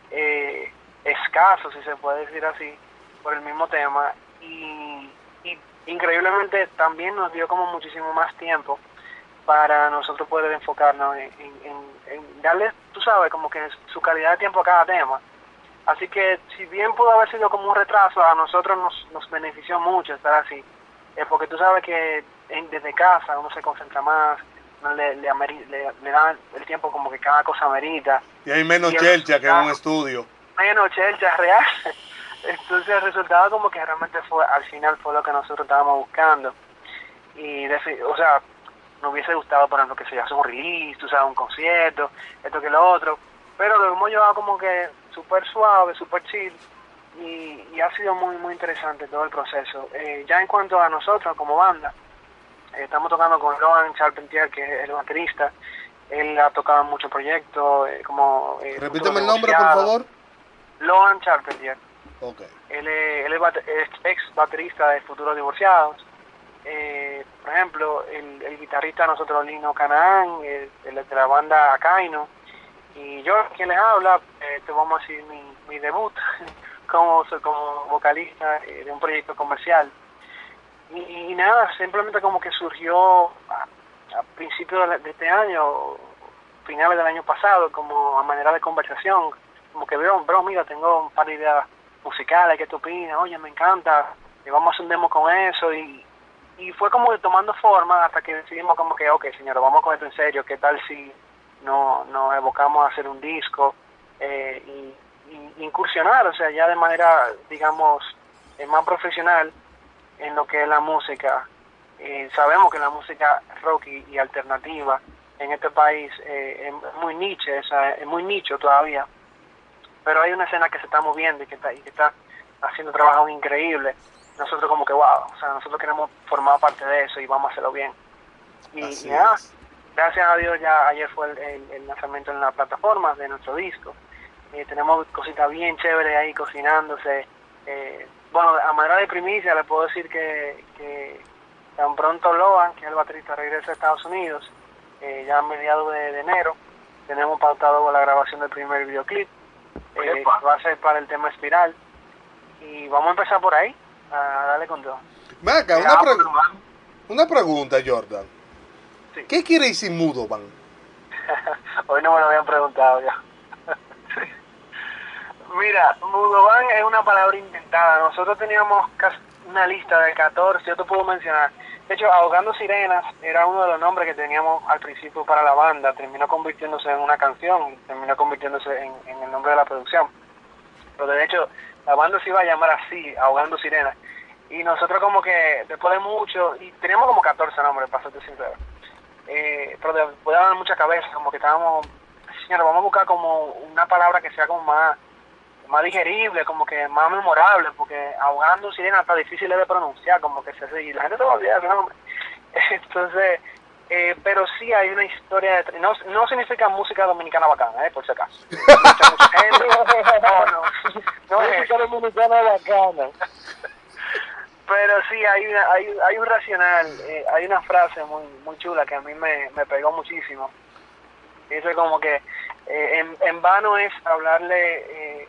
escasos, si se puede decir así, por el mismo tema, y increíblemente también nos dio como muchísimo más tiempo para nosotros poder enfocarnos en darle, tú sabes, como que su calidad de tiempo a cada tema. Así que si bien pudo haber sido como un retraso, a nosotros nos benefició mucho estar así, porque tú sabes que desde casa uno se concentra más, no le da el tiempo como que cada cosa amerita. Y hay menos chelcha que en un estudio. Menos chelcha real. Entonces el resultado como que realmente al final fue lo que nosotros estábamos buscando. Y o sea, nos hubiese gustado, por ejemplo, que se hace un release, tú sabes, un concierto, esto que lo otro, pero lo hemos llevado como que súper suave, súper chill, y ha sido muy interesante todo el proceso. Ya en cuanto a nosotros como banda, estamos tocando con Lohan Charpentier, que es el baterista. Él ha tocado en muchos proyectos, repíteme el nombre, por favor. Lohan Charpentier. Okay. Él es ex baterista de Futuros Divorciados. Por ejemplo, el guitarrista de nosotros, Lino Canaan, el de la banda Akaino, y yo, quien les habla, vamos a decir mi debut como vocalista de un proyecto comercial. Y nada, simplemente como que surgió a principios de este año, finales del año pasado, como a manera de conversación, como que bro, mira, tengo un par de ideas musicales, ¿qué te opinas? Oye, me encanta, vamos a hacer un demo con eso, y fue como tomando forma hasta que decidimos como que, ok, señora, vamos con esto en serio, ¿qué tal si nos evocamos a hacer un disco y incursionar, o sea, ya de manera, digamos, más profesional en lo que es la música? Sabemos que la música rock y alternativa en este país es muy niche, es muy nicho todavía, pero hay una escena que se está moviendo y que está haciendo trabajos increíbles. Nosotros como que wow, o sea, nosotros queremos formar parte de eso y vamos a hacerlo bien. Y nada, gracias a Dios ya ayer fue el lanzamiento en la plataforma de nuestro disco. Tenemos cositas bien chéveres ahí cocinándose. Bueno, a manera de primicia le puedo decir que tan pronto Lohan, que es el baterista, regresa a Estados Unidos, ya a mediados de enero, tenemos pautado la grabación del primer videoclip, va a ser para el tema Espiral, y vamos a empezar por ahí, a darle con todo. Venga, una pregunta, Jordan. Sí. ¿Qué quiere decir Mudo Band? Hoy no me lo habían preguntado ya. Mira, Mudo Band es una palabra inventada. Nosotros teníamos una lista de 14, yo te puedo mencionar. De hecho, Ahogando Sirenas era uno de los nombres que teníamos al principio para la banda. Terminó convirtiéndose en una canción, terminó convirtiéndose en el nombre de la producción. Pero de hecho, la banda se iba a llamar así, Ahogando Sirenas. Y nosotros como que, después de mucho, y teníamos como 14 nombres, para serte sincero. Pero después de dar mucha cabeza, como que estábamos, señora, vamos a buscar como una palabra que sea como más digerible, como que más memorable, porque ahogando sirena está difícil de pronunciar, como que y la gente se va a olvidar ese nombre. Entonces, pero sí hay una historia de, no significa música dominicana bacana, por si acaso. Mucha gente, no es música dominicana bacana. Pero sí hay un racional, hay una frase muy chula que a mí me pegó muchísimo. Dice como que en vano es hablarle,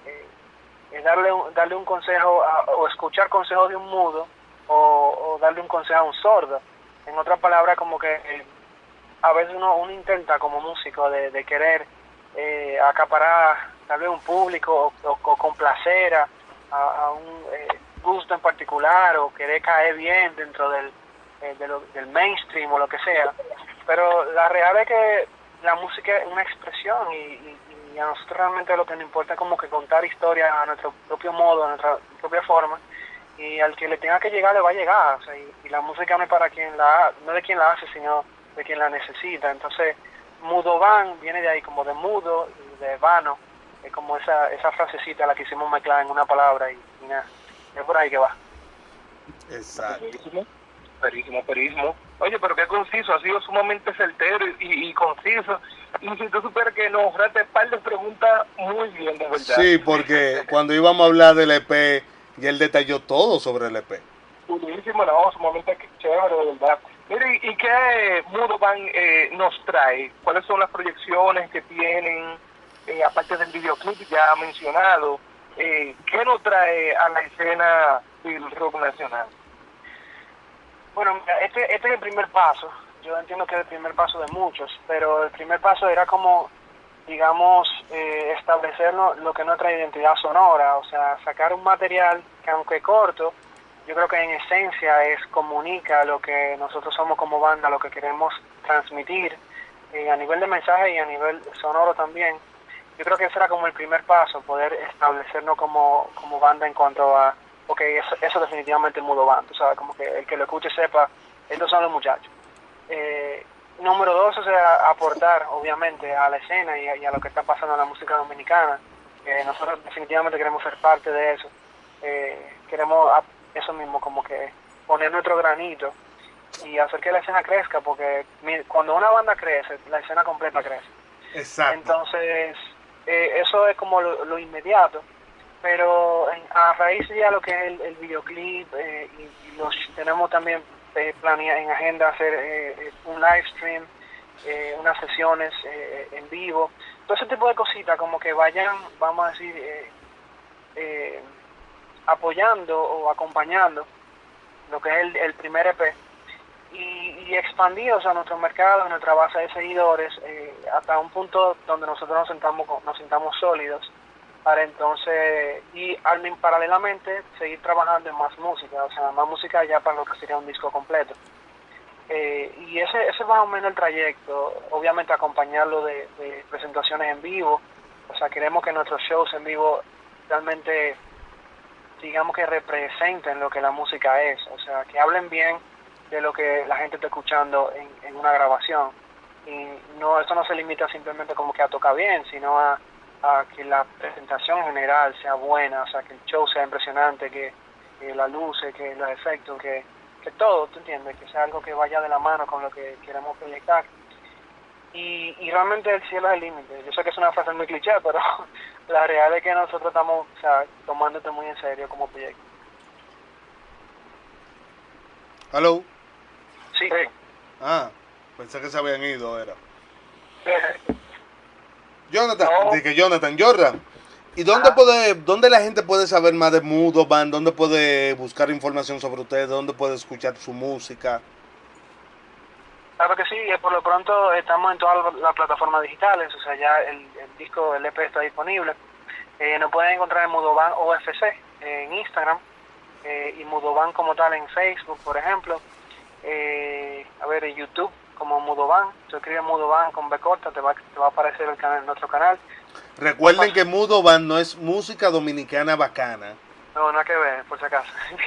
darle un consejo o escuchar consejos de un mudo o darle un consejo a un sordo. En otras palabras, como que a veces uno intenta como músico de querer acaparar tal vez un público o complacer a un gusto en particular o querer caer bien dentro del mainstream o lo que sea. Pero la real es que la música es una expresión y a nosotros realmente lo que nos importa es como que contar historias a nuestro propio modo, a nuestra propia forma, y al que le tenga que llegar le va a llegar. O sea, y la música no es para quien no de quien la hace, sino de quien la necesita. Entonces, mudovan viene de ahí, como de mudo y de vano, es como esa frasecita la que hicimos mezclar en una palabra y nada, es por ahí que va. Exacto. Perísimo. Oye, pero qué conciso, ha sido sumamente certero y conciso. Y si tú supieras que nos ahorraste un par de preguntas muy bien, de verdad. Sí, porque cuando íbamos a hablar del EP, ya él detalló todo sobre el EP. Buenísimo, no, sumamente chévere, de verdad. Mire, ¿y qué Mudovan nos trae? ¿Cuáles son las proyecciones que tienen, aparte del videoclip ya mencionado? ¿Qué nos trae a la escena del rock nacional? Bueno, este es el primer paso. Yo entiendo que es el primer paso de muchos, pero el primer paso era como, digamos, establecer lo que es nuestra identidad sonora, o sea, sacar un material que aunque corto, yo creo que en esencia comunica lo que nosotros somos como banda, lo que queremos transmitir, a nivel de mensaje y a nivel sonoro también. Yo creo que ese era como el primer paso, poder establecernos como banda en cuanto a, ok, eso definitivamente es Mudo Band, ¿sabes? Como que el que lo escuche sepa, estos son los muchachos. Número 2, o sea, aportar obviamente a la escena y a lo que está pasando en la música dominicana. Nosotros definitivamente queremos ser parte de eso. Queremos eso mismo, como que poner nuestro granito y hacer que la escena crezca, porque cuando una banda crece, la escena completa crece. Exacto. Entonces, eso es como lo inmediato. Pero a raíz ya lo que es el videoclip, y tenemos también en agenda hacer un live stream, unas sesiones en vivo, todo ese tipo de cositas como que vayan, vamos a decir, apoyando o acompañando lo que es el primer EP y expandidos a nuestro mercado, a nuestra base de seguidores, hasta un punto donde nosotros nos sintamos sólidos para entonces, y paralelamente seguir trabajando en más música, o sea, más música ya para lo que sería un disco completo. Y ese es más o menos el trayecto, obviamente acompañarlo de presentaciones en vivo, o sea, queremos que nuestros shows en vivo realmente, digamos que representen lo que la música es, o sea, que hablen bien de lo que la gente está escuchando en una grabación. Y no, eso no se limita simplemente como que a tocar bien, sino a que la presentación en general sea buena, o sea, que el show sea impresionante, que las luces, que los efectos, que todo, ¿tú entiendes? Que sea algo que vaya de la mano con lo que queremos proyectar. Y realmente el cielo es el límite. Yo sé que es una frase muy cliché, pero la realidad es que nosotros estamos, o sea, tomándote muy en serio como proyecto. ¿Aló? Sí. Pensé que se habían ido, era. Jonathan, Jordan. ¿Y dónde la gente puede saber más de Mudo Band? ¿Dónde puede buscar información sobre ustedes? ¿Dónde puede escuchar su música? Claro que sí, por lo pronto estamos en todas las plataformas digitales, o sea, ya el disco, el EP está disponible. Nos pueden encontrar en Mudovan OFC en Instagram y Mudovan como tal en Facebook, por ejemplo. En YouTube como Mudovan, tú escribes Mudovan con B corta, te va a aparecer el canal, nuestro canal. Recuerden que Mudo Band no es música dominicana bacana, No, nada que ver, por si acaso.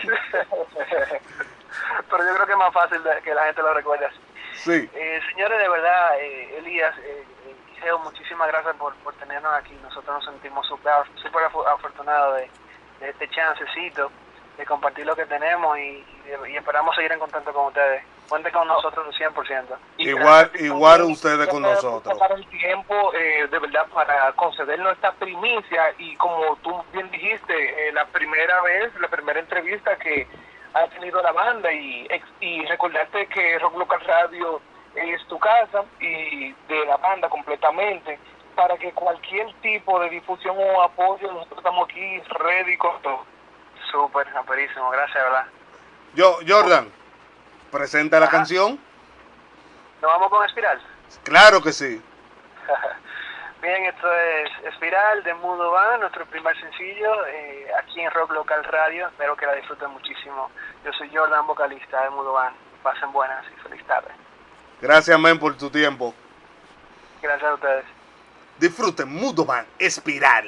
Pero yo creo que es más fácil que la gente lo recuerde así. Sí. Señores, de verdad, Elías, Geo, muchísimas gracias por tenernos aquí. Nosotros nos sentimos súper afortunados de este chancecito, de compartir lo que tenemos y esperamos seguir en contacto con ustedes. Cuenten con nosotros un 100%. Igual ustedes con nosotros. Para el tiempo, de verdad, para concedernos esta primicia y como tú bien dijiste, la primera entrevista que ha tenido la banda y recordarte que Rock Local Radio es tu casa y de la banda completamente para que cualquier tipo de difusión o apoyo, nosotros estamos aquí ready con todo. Súper, aperísimo, gracias, ¿verdad? Jordan, presenta la canción. ¿Nos vamos con Espiral? Claro que sí. Bien, esto es Espiral de Mudo Van, nuestro primer sencillo aquí en Rock Local Radio. Espero que la disfruten muchísimo. Yo soy Jordan, vocalista de Mudo Van. Pasen buenas y feliz tarde. Gracias, men, por tu tiempo. Gracias a ustedes. Disfruten Mudo Van, Espiral.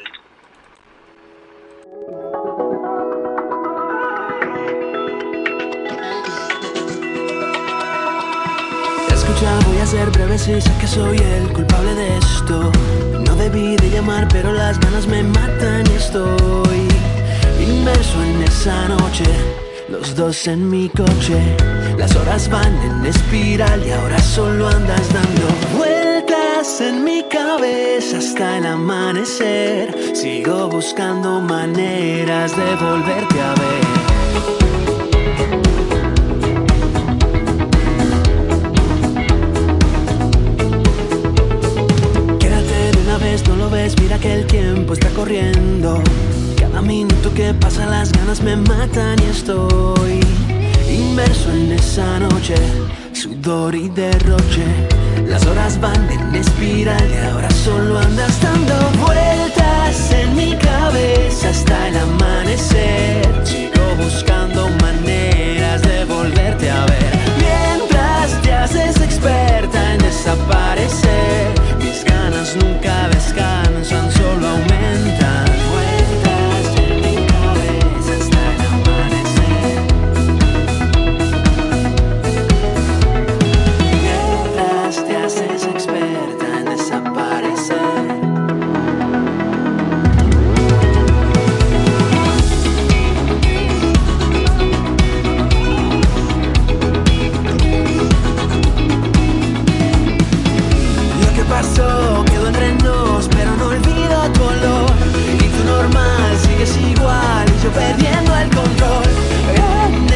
Escucha, voy a ser breve si sé que soy el culpable de esto. No debí de llamar, pero las ganas me matan y estoy inmerso en esa noche. Los dos en mi coche, las horas van en espiral y ahora solo andas dando vueltas en mi cabeza hasta el amanecer. Sigo buscando maneras de volverte a ver. No lo ves, mira que el tiempo está corriendo. Cada minuto que pasa las ganas me matan y estoy inmerso en esa noche. Sudor y derroche, las horas van en espiral y ahora solo andas dando vueltas en mi cabeza hasta el amanecer. Sigo buscando maneras de volverte a ver. Mientras te haces experta en desaparecer, mis ganas nunca descansan, solo aumentan. Vueltas en mi cabeza hasta el amanecer. Mientras te haces experta en desaparecer. Pasó, quedó entre nos, pero no olvido tu olor. Y tú normal, sigues igual y yo perdiendo el control. En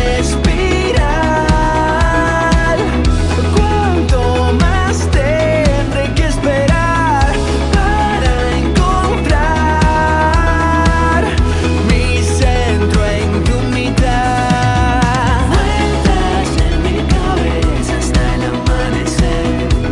espiral, ¿cuánto más tendré que esperar para encontrar mi centro en tu mitad? Vueltas en mi cabeza hasta el amanecer.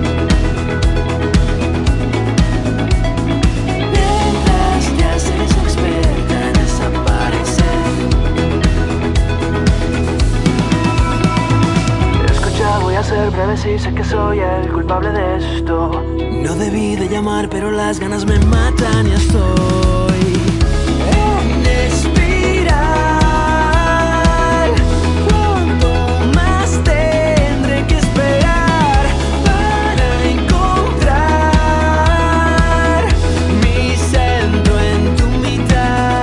Ser breve si sé que soy el culpable de esto. No debí de llamar, pero las ganas me matan y estoy en espiral. ¿Cuánto más tendré que esperar para encontrar mi centro en tu mitad?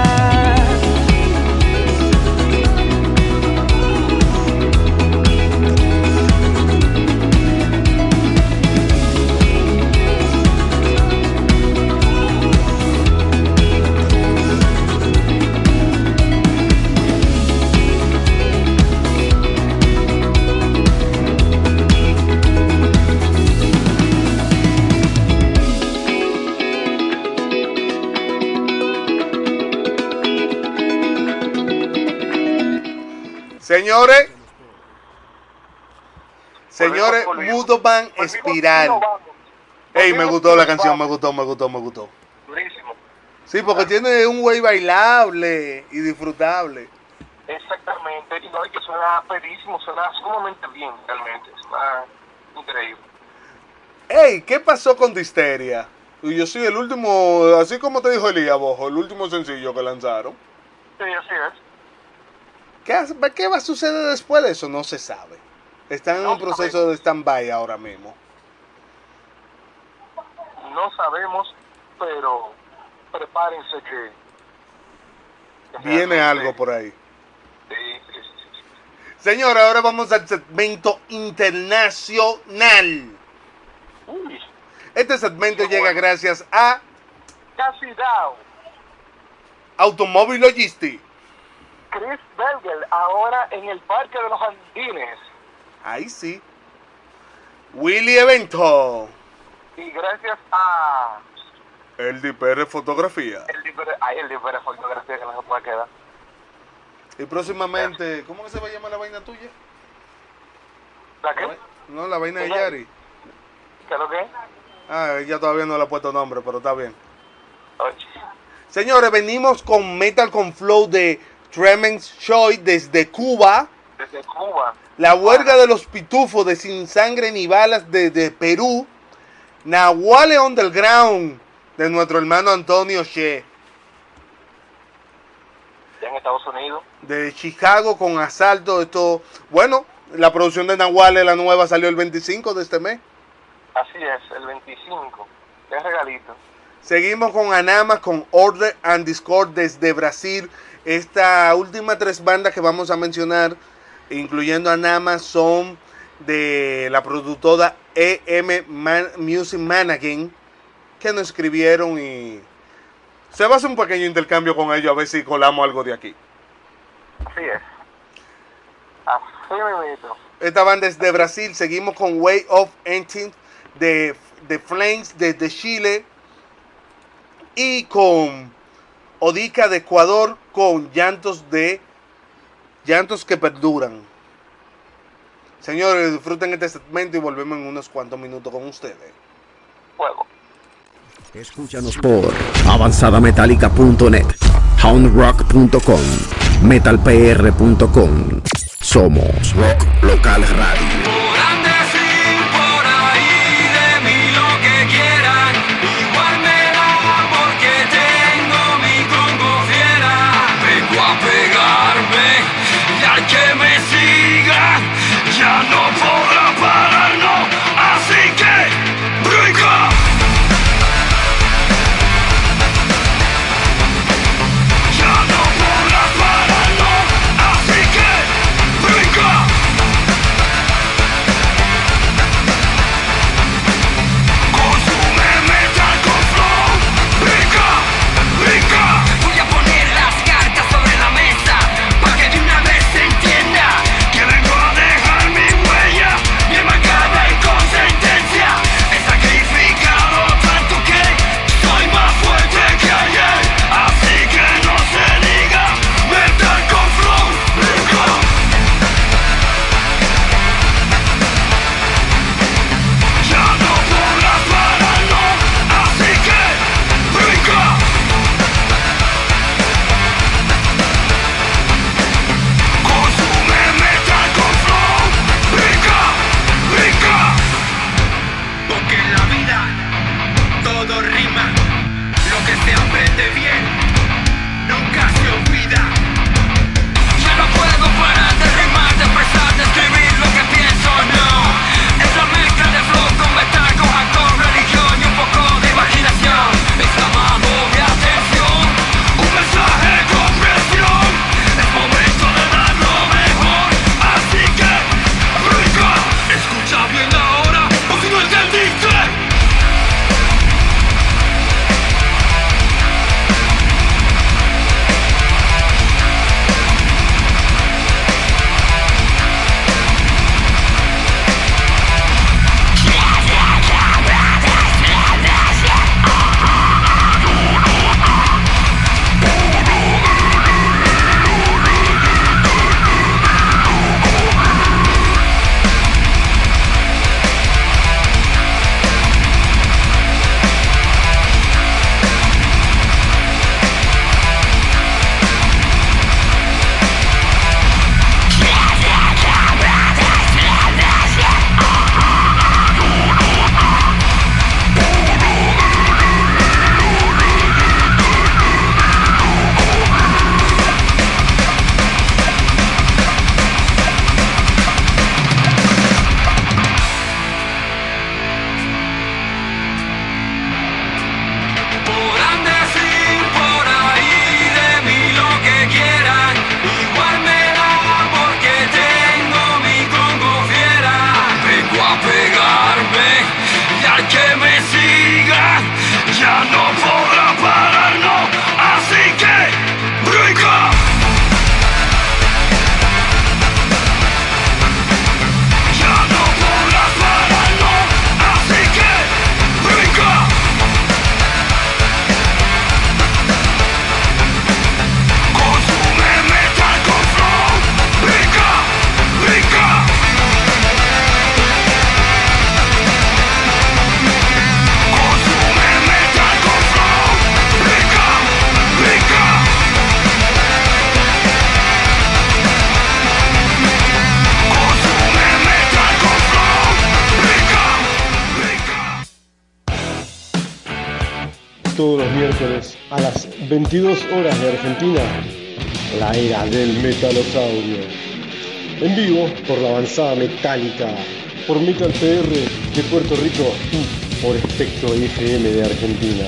Señores, Mudo Van, Espiral. Ey, me gustó la canción, me gustó. Durísimo. Sí, porque tiene un güey bailable y disfrutable. Exactamente, y no, que suena pedísimo, suena sumamente bien, realmente, suena increíble. Ey, ¿qué pasó con Disteria? Yo soy el último, así como te dijo Elías, Bojo, el último sencillo que lanzaron. Sí, así es. ¿Qué va a suceder después de eso? No se sabe. Están en un proceso de stand-by ahora mismo. No sabemos, pero prepárense que viene algo por ahí. Sí. Señor, ahora vamos al segmento internacional. Uy, Este segmento llega gracias a casi dao. Automóvil Logistics. Chris Berger, ahora en el Parque de los Andines. Ahí sí. Willy Evento. Y gracias a El DPR Fotografía. el DPR Fotografía que no se puede quedar. Y próximamente, ¿cómo que se va a llamar la vaina tuya? ¿La qué? No, la vaina de Yari. ¿Qué es lo que es? Ella todavía no le ha puesto nombre, pero está bien. Oye. Señores, venimos con Metal con Flow de Tremens Choi desde Cuba. Desde Cuba. La huelga de los pitufos de Sin Sangre ni Balas de Perú. Nahuale Underground de nuestro hermano Antonio She. Ya en Estados Unidos. De Chicago con Asalto. Esto, bueno, la producción de Nahuale, la nueva, salió el 25 de este mes. Así es, el 25. Es regalito. Seguimos con Anama, con Order and Discord desde Brasil. Esta última 3 bandas que vamos a mencionar, incluyendo Anama, son de la productora Music Mannequin, que nos escribieron y se va a hacer un pequeño intercambio con ellos a ver si colamos algo de aquí. Así es. Así mismo. Esta banda es de Brasil. Seguimos con Way of Ending de Flames desde Chile. Y con Odica de Ecuador con Llantos que Perduran. Señores, disfruten este segmento y volvemos en unos cuantos minutos con ustedes. Fuego. Escúchanos por avanzadametallica.net, houndrock.com, metalpr.com. Somos Rock Local Radio. Que me siga, ya no podrá pararnos, así que brinca. Ya no podrá pararnos, así que brinca. todos los miércoles a las 22 horas de Argentina, la era del metalosaurio. En vivo por la avanzada metálica, por Metal PR de Puerto Rico y por Espectro FM de Argentina.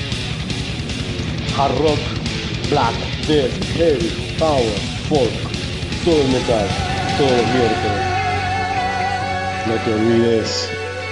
Hard rock, black, death, heavy, power, folk, todo el metal, todos los miércoles. No te olvides.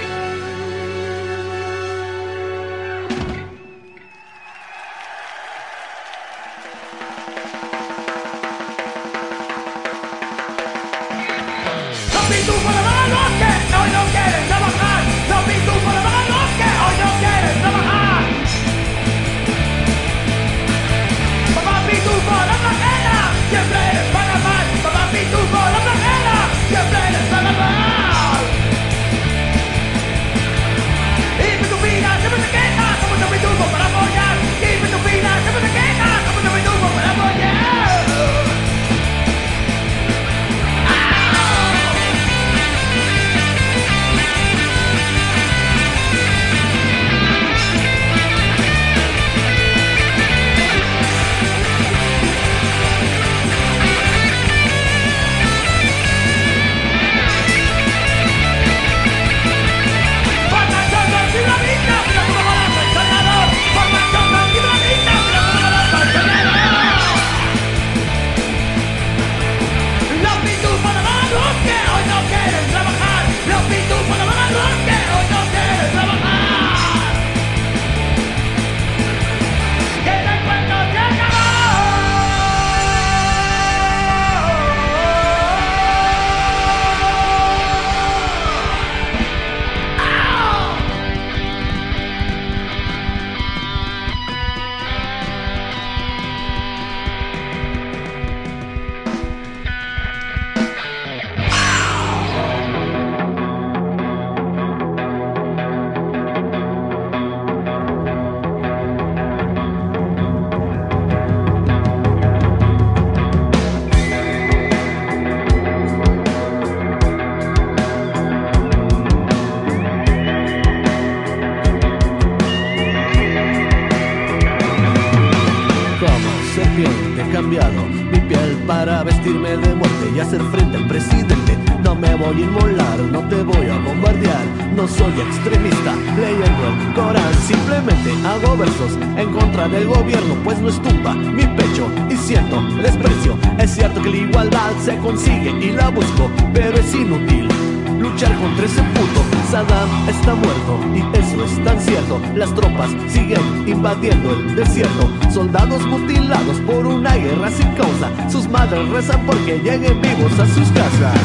Del gobierno, pues no estumba mi pecho y siento desprecio. Es cierto que la igualdad se consigue y la busco, pero es inútil luchar contra ese puto. Saddam está muerto y eso es tan cierto. Las tropas siguen invadiendo el desierto, soldados mutilados por una guerra sin causa. Sus madres rezan porque lleguen vivos a sus casas.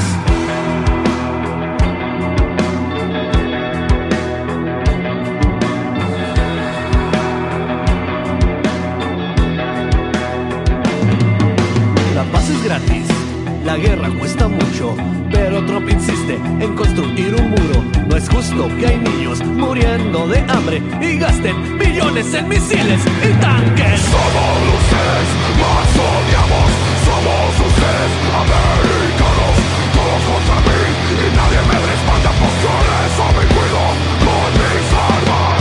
La guerra cuesta mucho, pero Trump insiste en construir un muro. No es justo que hay niños muriendo de hambre y gasten billones en misiles y tanques. Somos luces, más odiamos. Somos ustedes, americanos, todos contra mí y nadie me respalda porque eso me cuido con mis armas.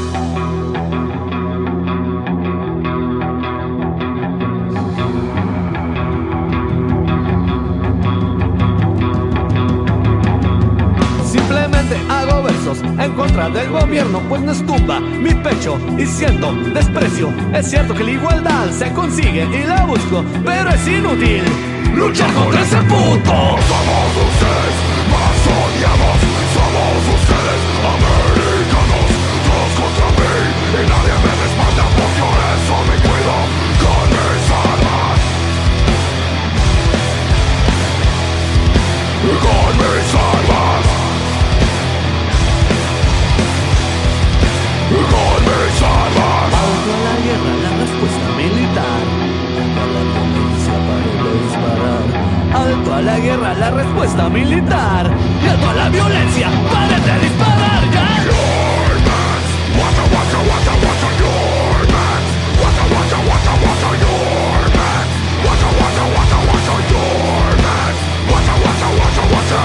Hago versos en contra del gobierno, pues no estumba mi pecho y siento desprecio. Es cierto que la igualdad se consigue y la busco, pero es inútil luchar contra ese puto. Somos ustedes, más odiamos. Somos ustedes, americanos, todos contra mí y nadie me respalda porque por eso me cuido con mis armas. Con mis armas. Con mis armas. Alto a la guerra, la respuesta militar. Alto a la violencia, para de disparar. Alto a la guerra, la respuesta militar. Y alto a la violencia, para de disparar. Ya. Your mans, wata wata wata wata your mans, wata wata wata wata your mans, wata wata wata wata your mans, wata wata wata wata.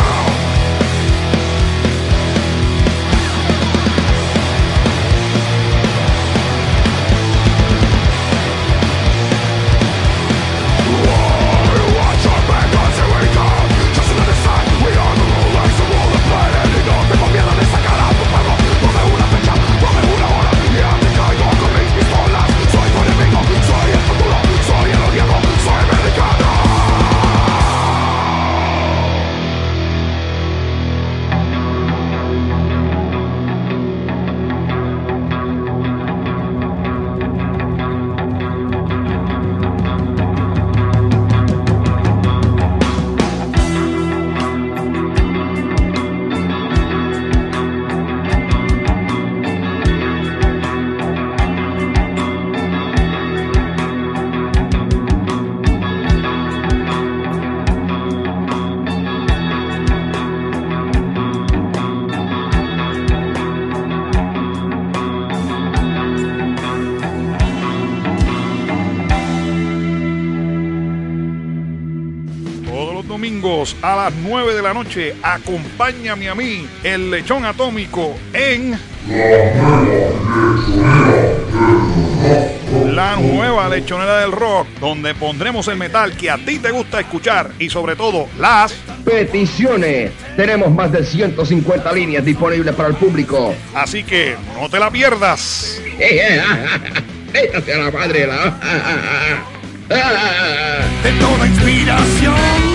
sábados a las 9 de la noche, acompáñame a mí, el Lechón Atómico, en la nueva Lechonera del Rock, donde pondremos el metal que a ti te gusta escuchar y sobre todo las peticiones. Tenemos más de 150 líneas disponibles para el público. Así que no te la pierdas. Métase a la madre. De toda inspiración.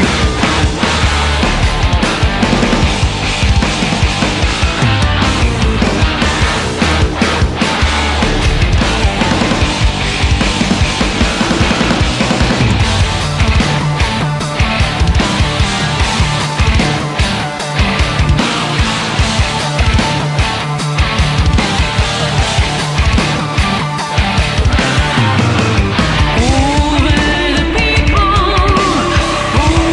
Over the people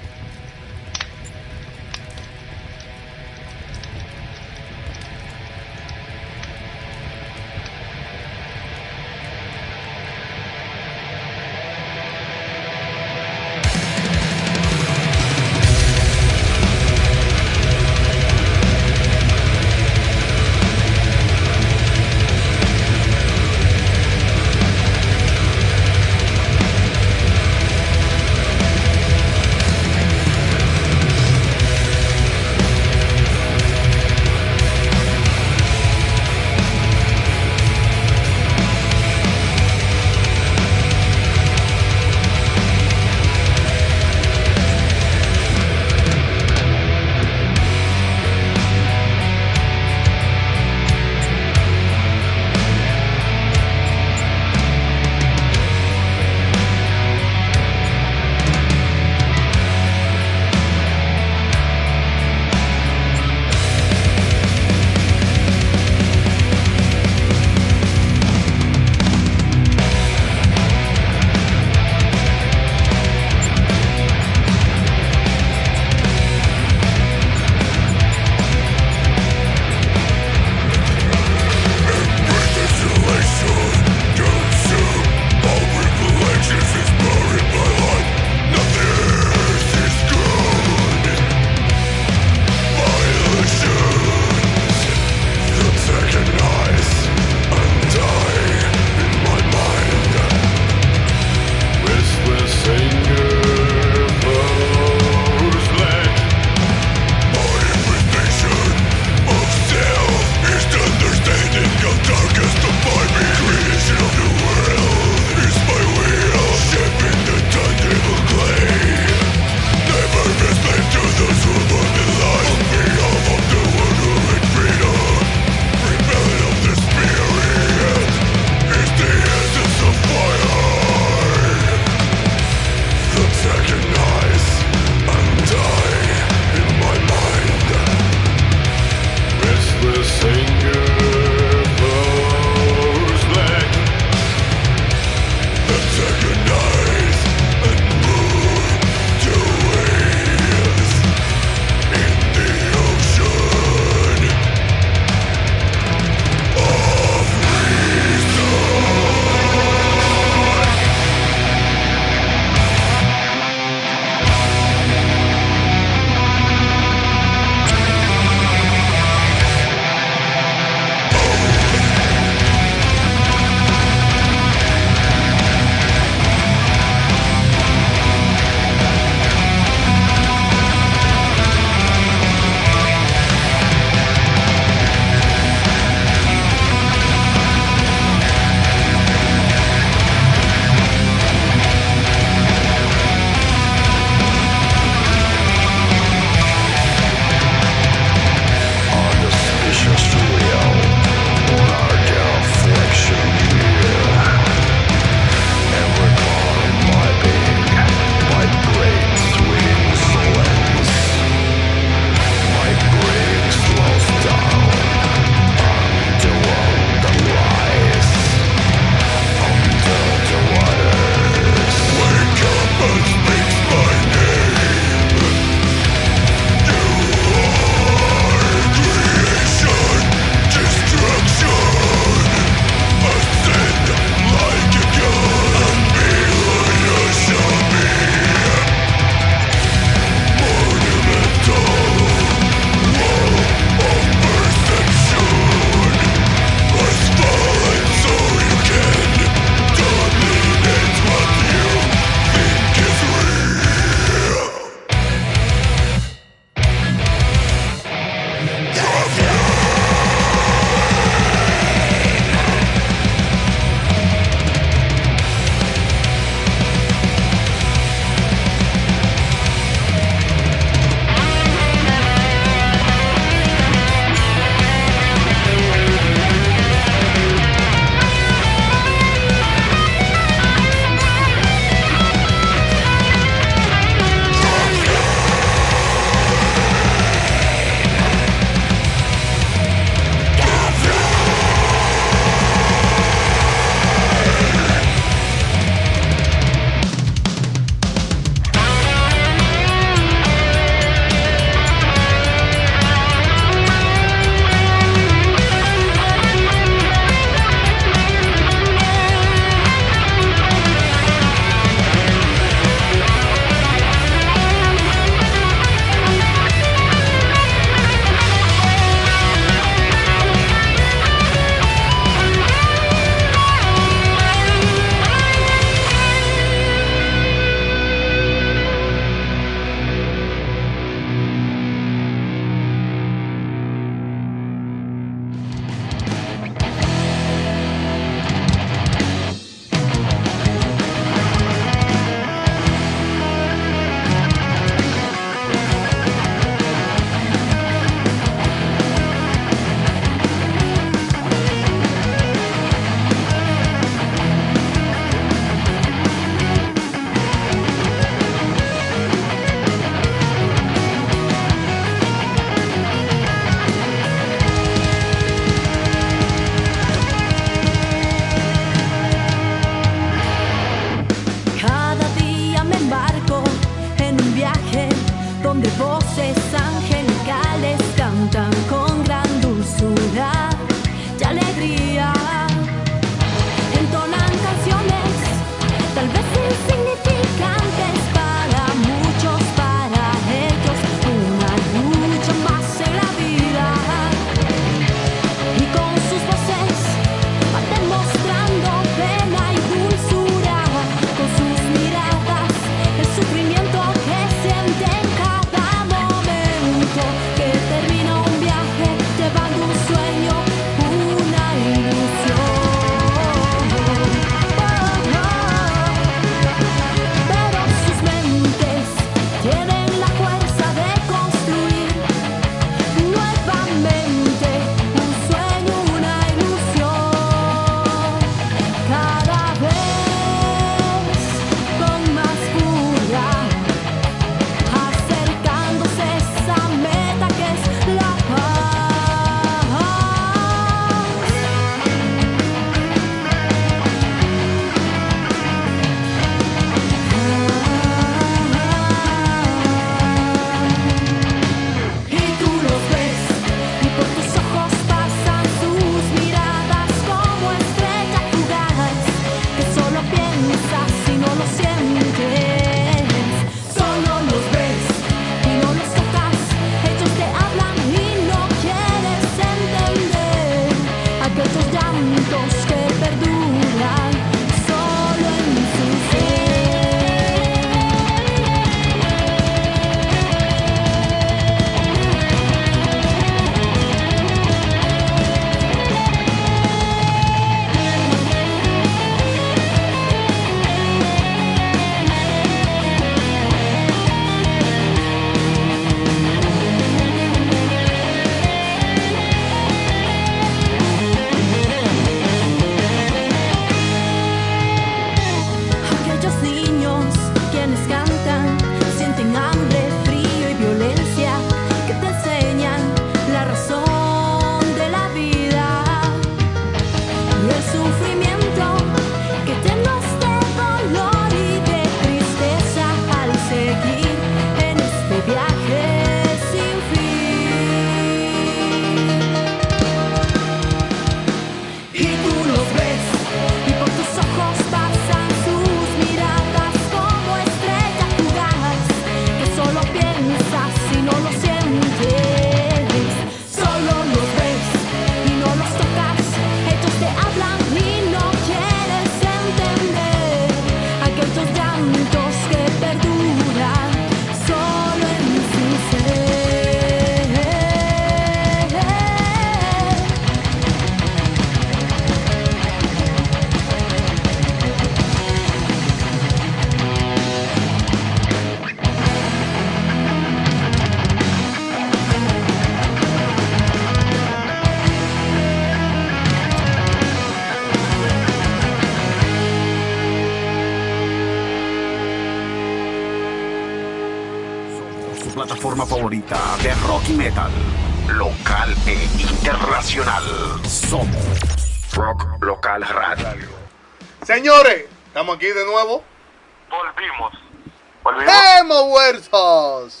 plataforma favorita de rock y metal, local e internacional. Somos Rock Local Radio. Señores, estamos aquí de nuevo. Volvimos. ¡Hemos muertos!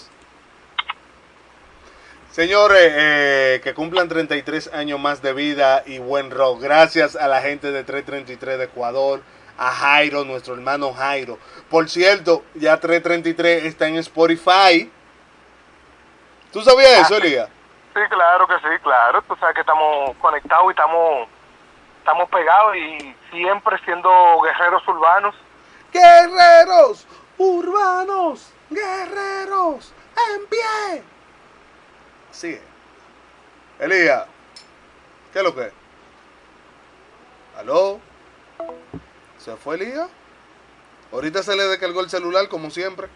Señores, que cumplan 33 años más de vida y buen rock. Gracias a la gente de 333 de Ecuador, a Jairo, nuestro hermano Jairo. Por cierto, ya 333 está en Spotify. ¿Tú sabías eso, Elías? Sí, claro que sí, claro. Tú sabes que estamos conectados y estamos pegados y siempre siendo guerreros urbanos. ¡Guerreros urbanos! ¡Guerreros en pie! Así es. Elías, ¿qué es lo que es? ¿Aló? ¿Se fue Elías? Ahorita se le descargó el celular como siempre.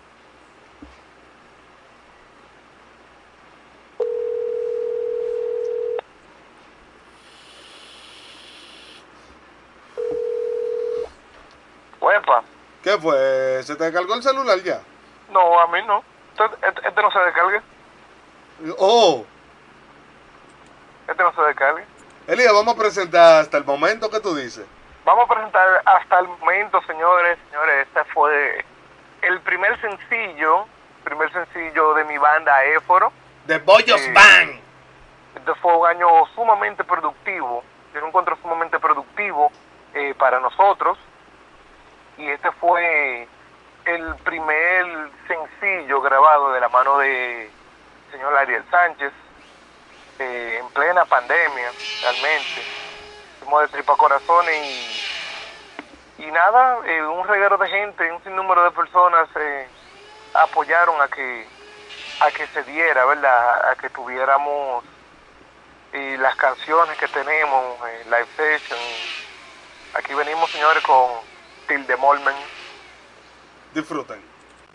Uepa. ¿Qué fue? ¿Se te descargó el celular ya? No, a mí no. Este no se descarga. Oh. Este no se descarga. Elías, vamos a presentar hasta el momento que tú dices. Vamos a presentar hasta el momento, señores. Este fue el primer sencillo de mi banda Éforo. The Bollos Band. Este fue un año sumamente productivo. Era un encuentro sumamente productivo para nosotros. Y este fue el primer sencillo grabado de la mano de señor Ariel Sánchez en plena pandemia, realmente. Fuimos de tripa corazones y nada, un reguero de gente, un sinnúmero de personas apoyaron a que se diera, ¿verdad? A que tuviéramos las canciones que tenemos, live session. Aquí venimos, señores, con Till the Moment. Disfruten.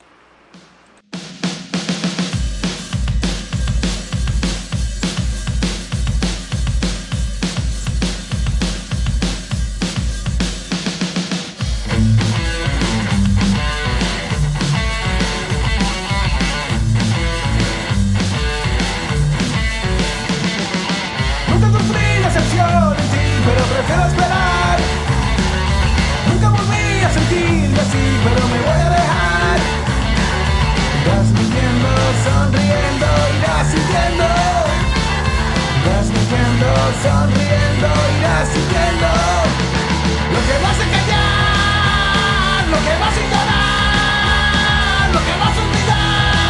Nunca sufrí decepción en ti, pero prefiero esperar. Nunca volví a sentirme así, pero me voy a dejar. Vas mintiendo, sonriendo, irás sintiendo. Vas mintiendo, sonriendo, irás sintiendo. Lo que vas a callar, lo que vas a ignorar, lo que vas a olvidar.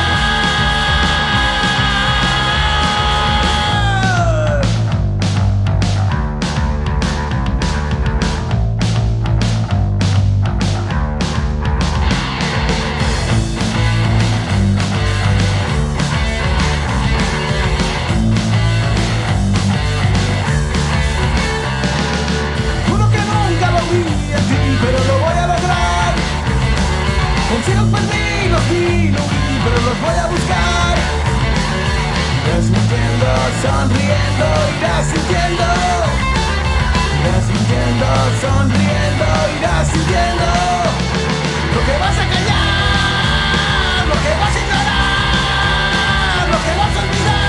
Juro que nunca lo vi en ti, pero lo voy a lograr. Con cielos perdidos y no vi, pero los voy a buscar. Irás mintiendo, sonriendo, irás sintiendo. Irás mintiendo, sonriendo, irás sintiendo. Lo que vas a callar, lo que vas a ignorar, lo que vas a olvidar.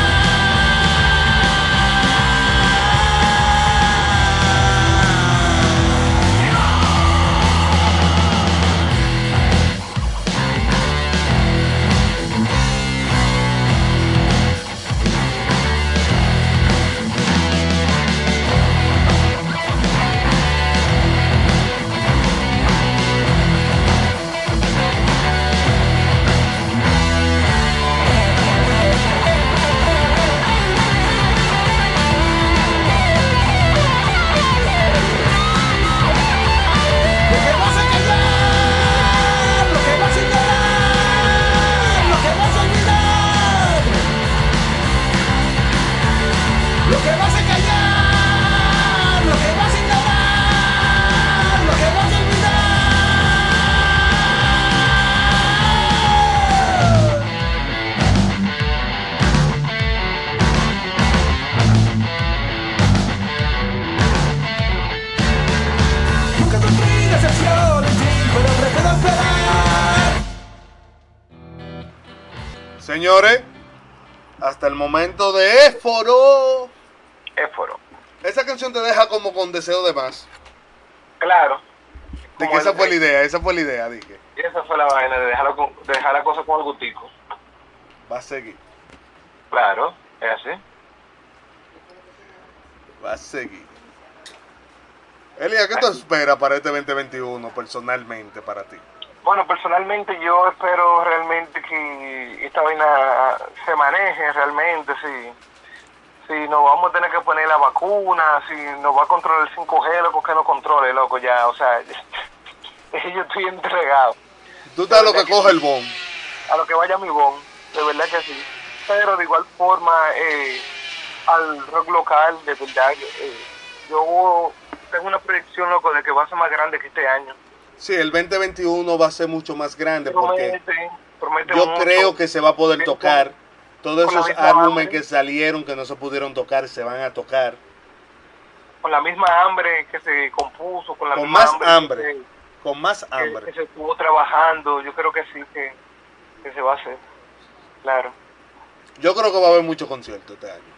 Señores, Hasta el momento de Éforo. Éforo. Esa canción te deja como con deseo de más. Claro. De que esa fue la idea, dije. Y esa fue la vaina, de dejar la cosa con el gustico. Va a seguir. Claro, es así. Va a seguir. Elia, ¿qué tú esperas para este 2021 personalmente para ti? Bueno, personalmente yo espero realmente que esta vaina se maneje realmente, si nos vamos a tener que poner la vacuna, si nos va a controlar el 5G, loco, que no controle, loco, ya, o sea, yo estoy entregado. Tú estás a lo que coge el bon. A lo que vaya mi bon, de verdad que sí. Pero de igual forma, al rock local, de verdad, yo tengo una proyección, loco, de que va a ser más grande que este año. Sí, el 2021 va a ser mucho más grande porque promete yo mucho. creo que se va a poder tocar. Todos con la esos misma álbumes hambre. que salieron que no se pudieron tocar se van a tocar. Con la misma hambre que se compuso, con la Con misma más hambre, hambre. que Con más se, hambre. que se estuvo trabajando, yo creo que sí, que se va a hacer. Claro. Yo creo que va a haber muchos conciertos este año.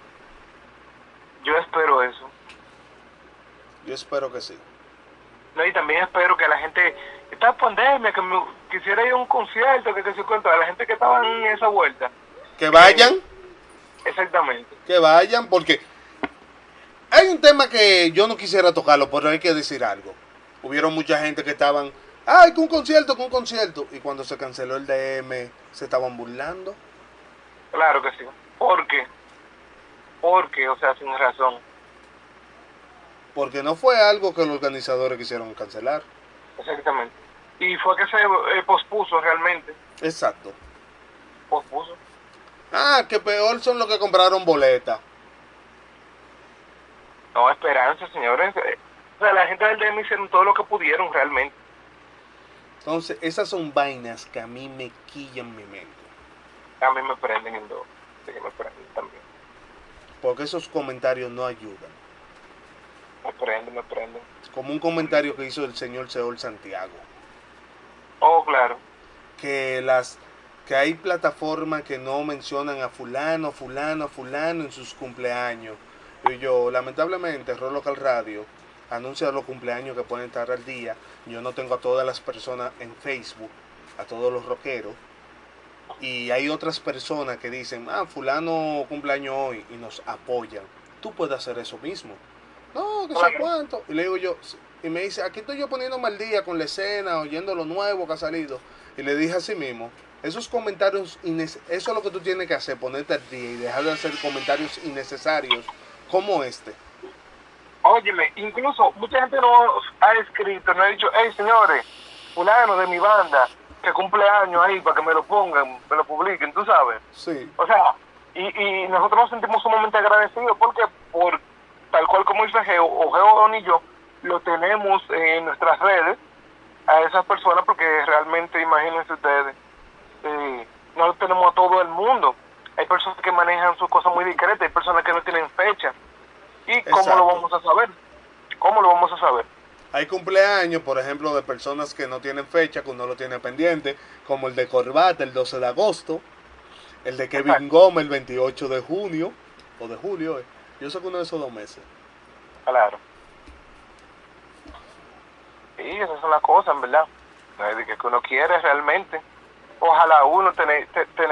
Yo espero eso. Yo espero que sí. No, y también espero que la gente, esta pandemia, que me quisiera ir a un concierto, que se cuenta, a la gente que estaba en esa vuelta. Que vayan. Exactamente. Que vayan, porque hay un tema que yo no quisiera tocarlo, pero hay que decir algo. Hubieron mucha gente que estaban, ay, que un concierto, y cuando se canceló el DM, se estaban burlando. Claro que sí. ¿Por qué? Porque, o sea, sin razón. Porque no fue algo que los organizadores quisieron cancelar. Exactamente. Y fue que se pospuso realmente. Exacto. Pospuso. Ah, que peor son los que compraron boletas. No, esperanza, señores. O sea, la gente del DM hicieron todo lo que pudieron realmente. Entonces, esas son vainas que a mí me quillan mi mente. A mí me prenden en dos. Sí, me prenden también. Porque esos comentarios no ayudan. Me prenden. Como un comentario que hizo el señor Seol Santiago. Oh, claro. Que hay plataformas que no mencionan a fulano en sus cumpleaños. Y yo, lamentablemente, Rock Local Radio anuncia los cumpleaños que pueden estar al día. Yo no tengo a todas las personas en Facebook, a todos los rockeros. Y hay otras personas que dicen, fulano cumpleaños hoy y nos apoyan. Tú puedes hacer eso mismo. No, que sé cuánto. Y le digo yo, y me dice, aquí estoy yo poniéndome al día con la escena, oyendo lo nuevo que ha salido. Y le dije así mismo, esos comentarios, eso es lo que tú tienes que hacer, ponerte al día y dejar de hacer comentarios innecesarios como este. Óyeme, incluso mucha gente no ha escrito, no ha dicho, hey señores, fulano de mi banda, que cumple años ahí para que me lo pongan, me lo publiquen, tú sabes. Sí. O sea, y nosotros nos sentimos sumamente agradecidos porque por tal cual como dice Geo, o Geo ni yo, lo tenemos en nuestras redes a esas personas porque realmente, imagínense ustedes, no lo tenemos a todo el mundo. Hay personas que manejan sus cosas muy discretas, hay personas que no tienen fecha. ¿Y cómo Exacto. lo vamos a saber? ¿Cómo lo vamos a saber? Hay cumpleaños, por ejemplo, de personas que no tienen fecha, que uno lo tiene pendiente, como el de Corbata el 12 de agosto, el de Kevin Gómez el 28 de junio, o de julio, yo sé que uno de esos 2 meses. Claro. Sí, esas son las cosas, en verdad. De que uno quiere realmente. Ojalá uno tener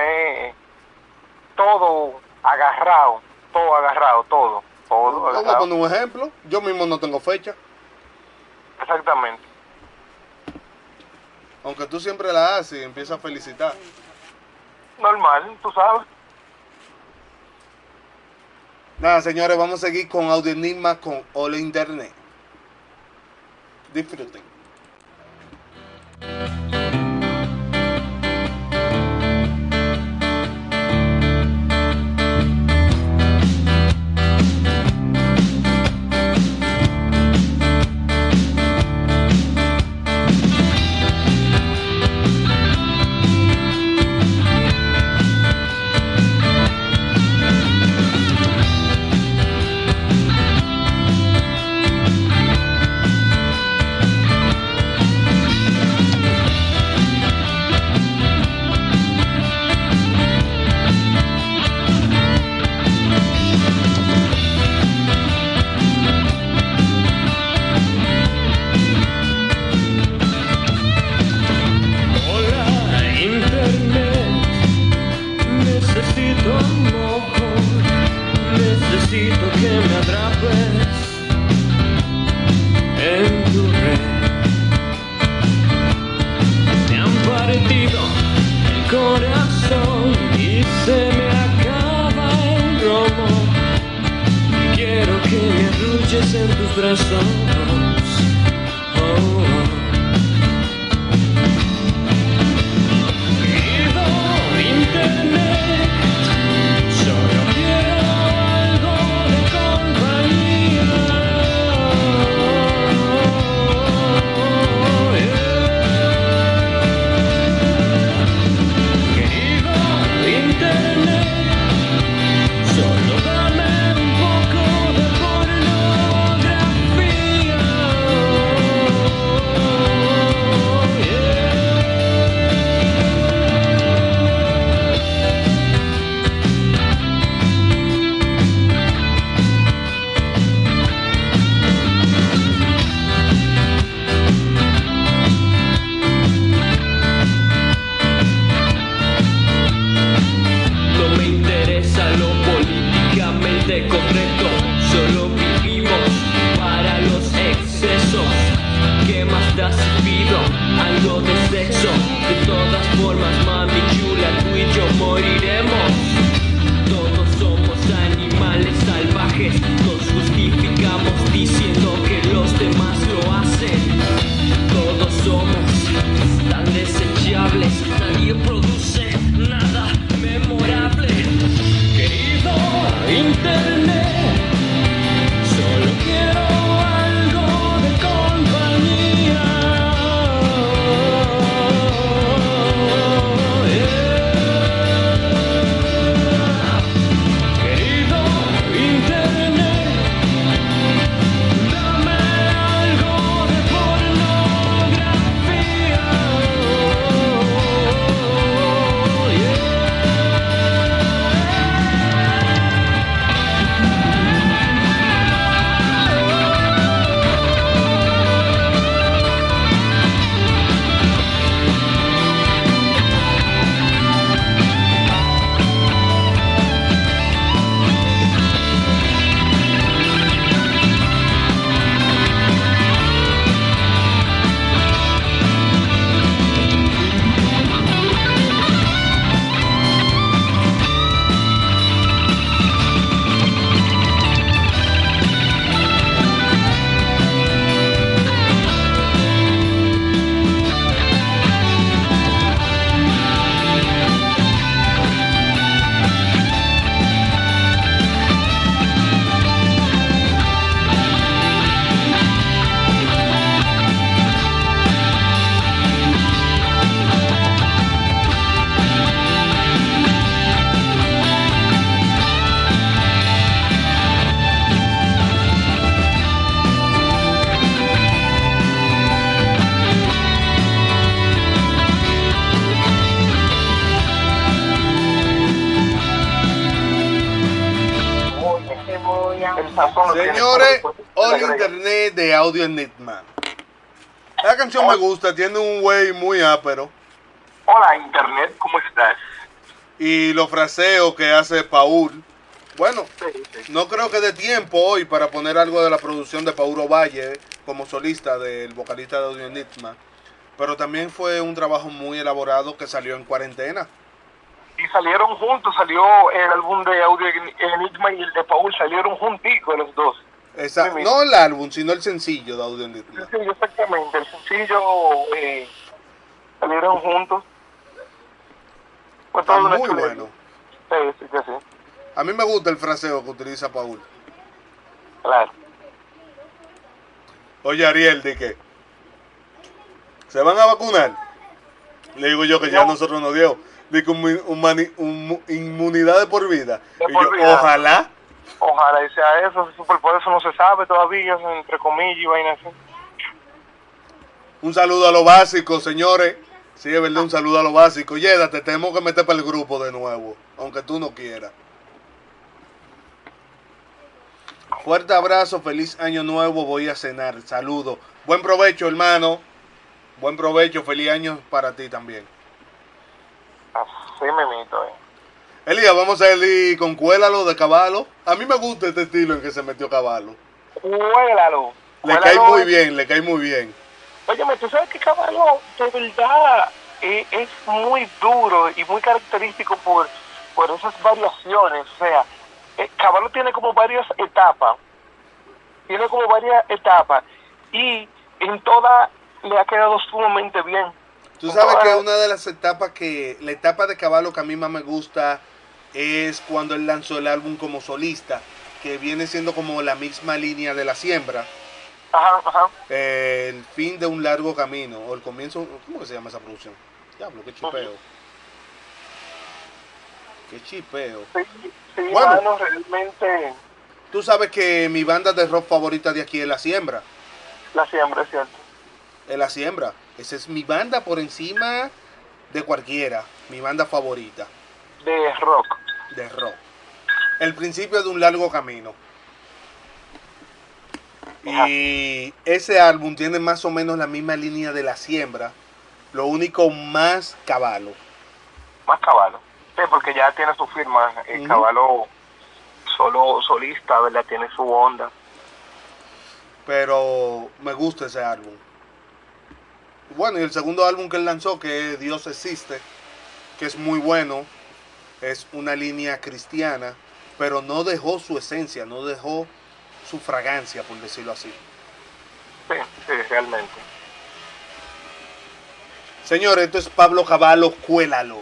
todo agarrado, todo. Vamos a poner un ejemplo, yo mismo no tengo fecha. Exactamente. Aunque tú siempre la haces y empiezas a felicitar. Normal, tú sabes. Nada, señores, vamos a seguir con Audio Enigma con Hola Internet. Disfruten. necesito que me atrapes en tu red. Me han partido el corazón y se me acaba el romo. Quiero que me arrulles en tus brazos. Correcto, solo vivimos para los excesos. ¿Qué más da si pido algo de sexo? De todas formas, mami chula, tú y yo moriremos. Todos somos animales salvajes, nos justificamos diciendo que los demás lo hacen. Todos somos tan desechables, nadie produce nada memorable. Querido Internet, solo quiero algo de compañía. Querido Internet, dame algo de pornografía. Señores, All Internet de Audio Enigma. La canción me gusta, tiene un way muy ápero. Hola Internet, ¿cómo estás? Y los fraseos que hace Paul. Bueno, no creo que dé tiempo hoy para poner algo de la producción de Paul Ovalle como solista del vocalista de Audio Enigma. Pero también fue un trabajo muy elaborado que salió en cuarentena. Y salieron juntos, salió el álbum de Audio Enigma y el de Paul, salieron junticos los dos. Exacto, no el álbum, sino el sencillo de Audio Enigma. Sí, exactamente, el sencillo salieron juntos. Fue todo muy bueno. Sí. A mí me gusta el fraseo que utiliza Paul. Claro. Oye, Ariel, ¿de qué? ¿Se van a vacunar? Le digo yo que ya nosotros nos dio. De inmunidad de por vida. Y yo, ojalá. Ojalá y sea eso, por eso no se sabe todavía, entre comillas y vainas así. Un saludo a lo básico, señores. Sí, es verdad, un saludo a lo básico. Yeda, te tenemos que meter para el grupo de nuevo, aunque tú no quieras. Fuerte abrazo, feliz año nuevo, voy a cenar. Saludos. Buen provecho, hermano. Buen provecho, feliz año para ti también. Así me mito, Elías, vamos a ir con Cuélalo de Caballo. A mí me gusta este estilo en que se metió Caballo. Cuélalo. Le cae muy bien, le cae muy bien. Óyeme, tú sabes que Caballo de verdad es muy duro y muy característico por esas variaciones. O sea, Caballo tiene como varias etapas. Y en todas le ha quedado sumamente bien. Tú sabes que una de las etapas la etapa de Caballo que a mí más me gusta es cuando él lanzó el álbum como solista, que viene siendo como la misma línea de La Siembra. Ajá. El fin de un largo camino, o el comienzo, ¿cómo que se llama esa producción? Diablo, qué chipeo. Qué chipeo. Sí, bueno, realmente. Tú sabes que mi banda de rock favorita de aquí es La Siembra. La Siembra, es cierto. Es La Siembra. Esa es mi banda por encima de cualquiera. Mi banda favorita. De rock. De rock. El principio de un largo camino. Ajá. Y ese álbum tiene más o menos la misma línea de La Siembra. Lo único más Caballo. Más Caballo. Sí, porque ya tiene su firma. Caballo solista, ¿verdad? Tiene su onda. Pero me gusta ese álbum. Bueno, y el segundo álbum que él lanzó, que es Dios Existe, que es muy bueno, es una línea cristiana, pero no dejó su esencia, no dejó su fragancia, por decirlo así. Sí, realmente. Señores, esto es Pablo Caballo, Cuélalo.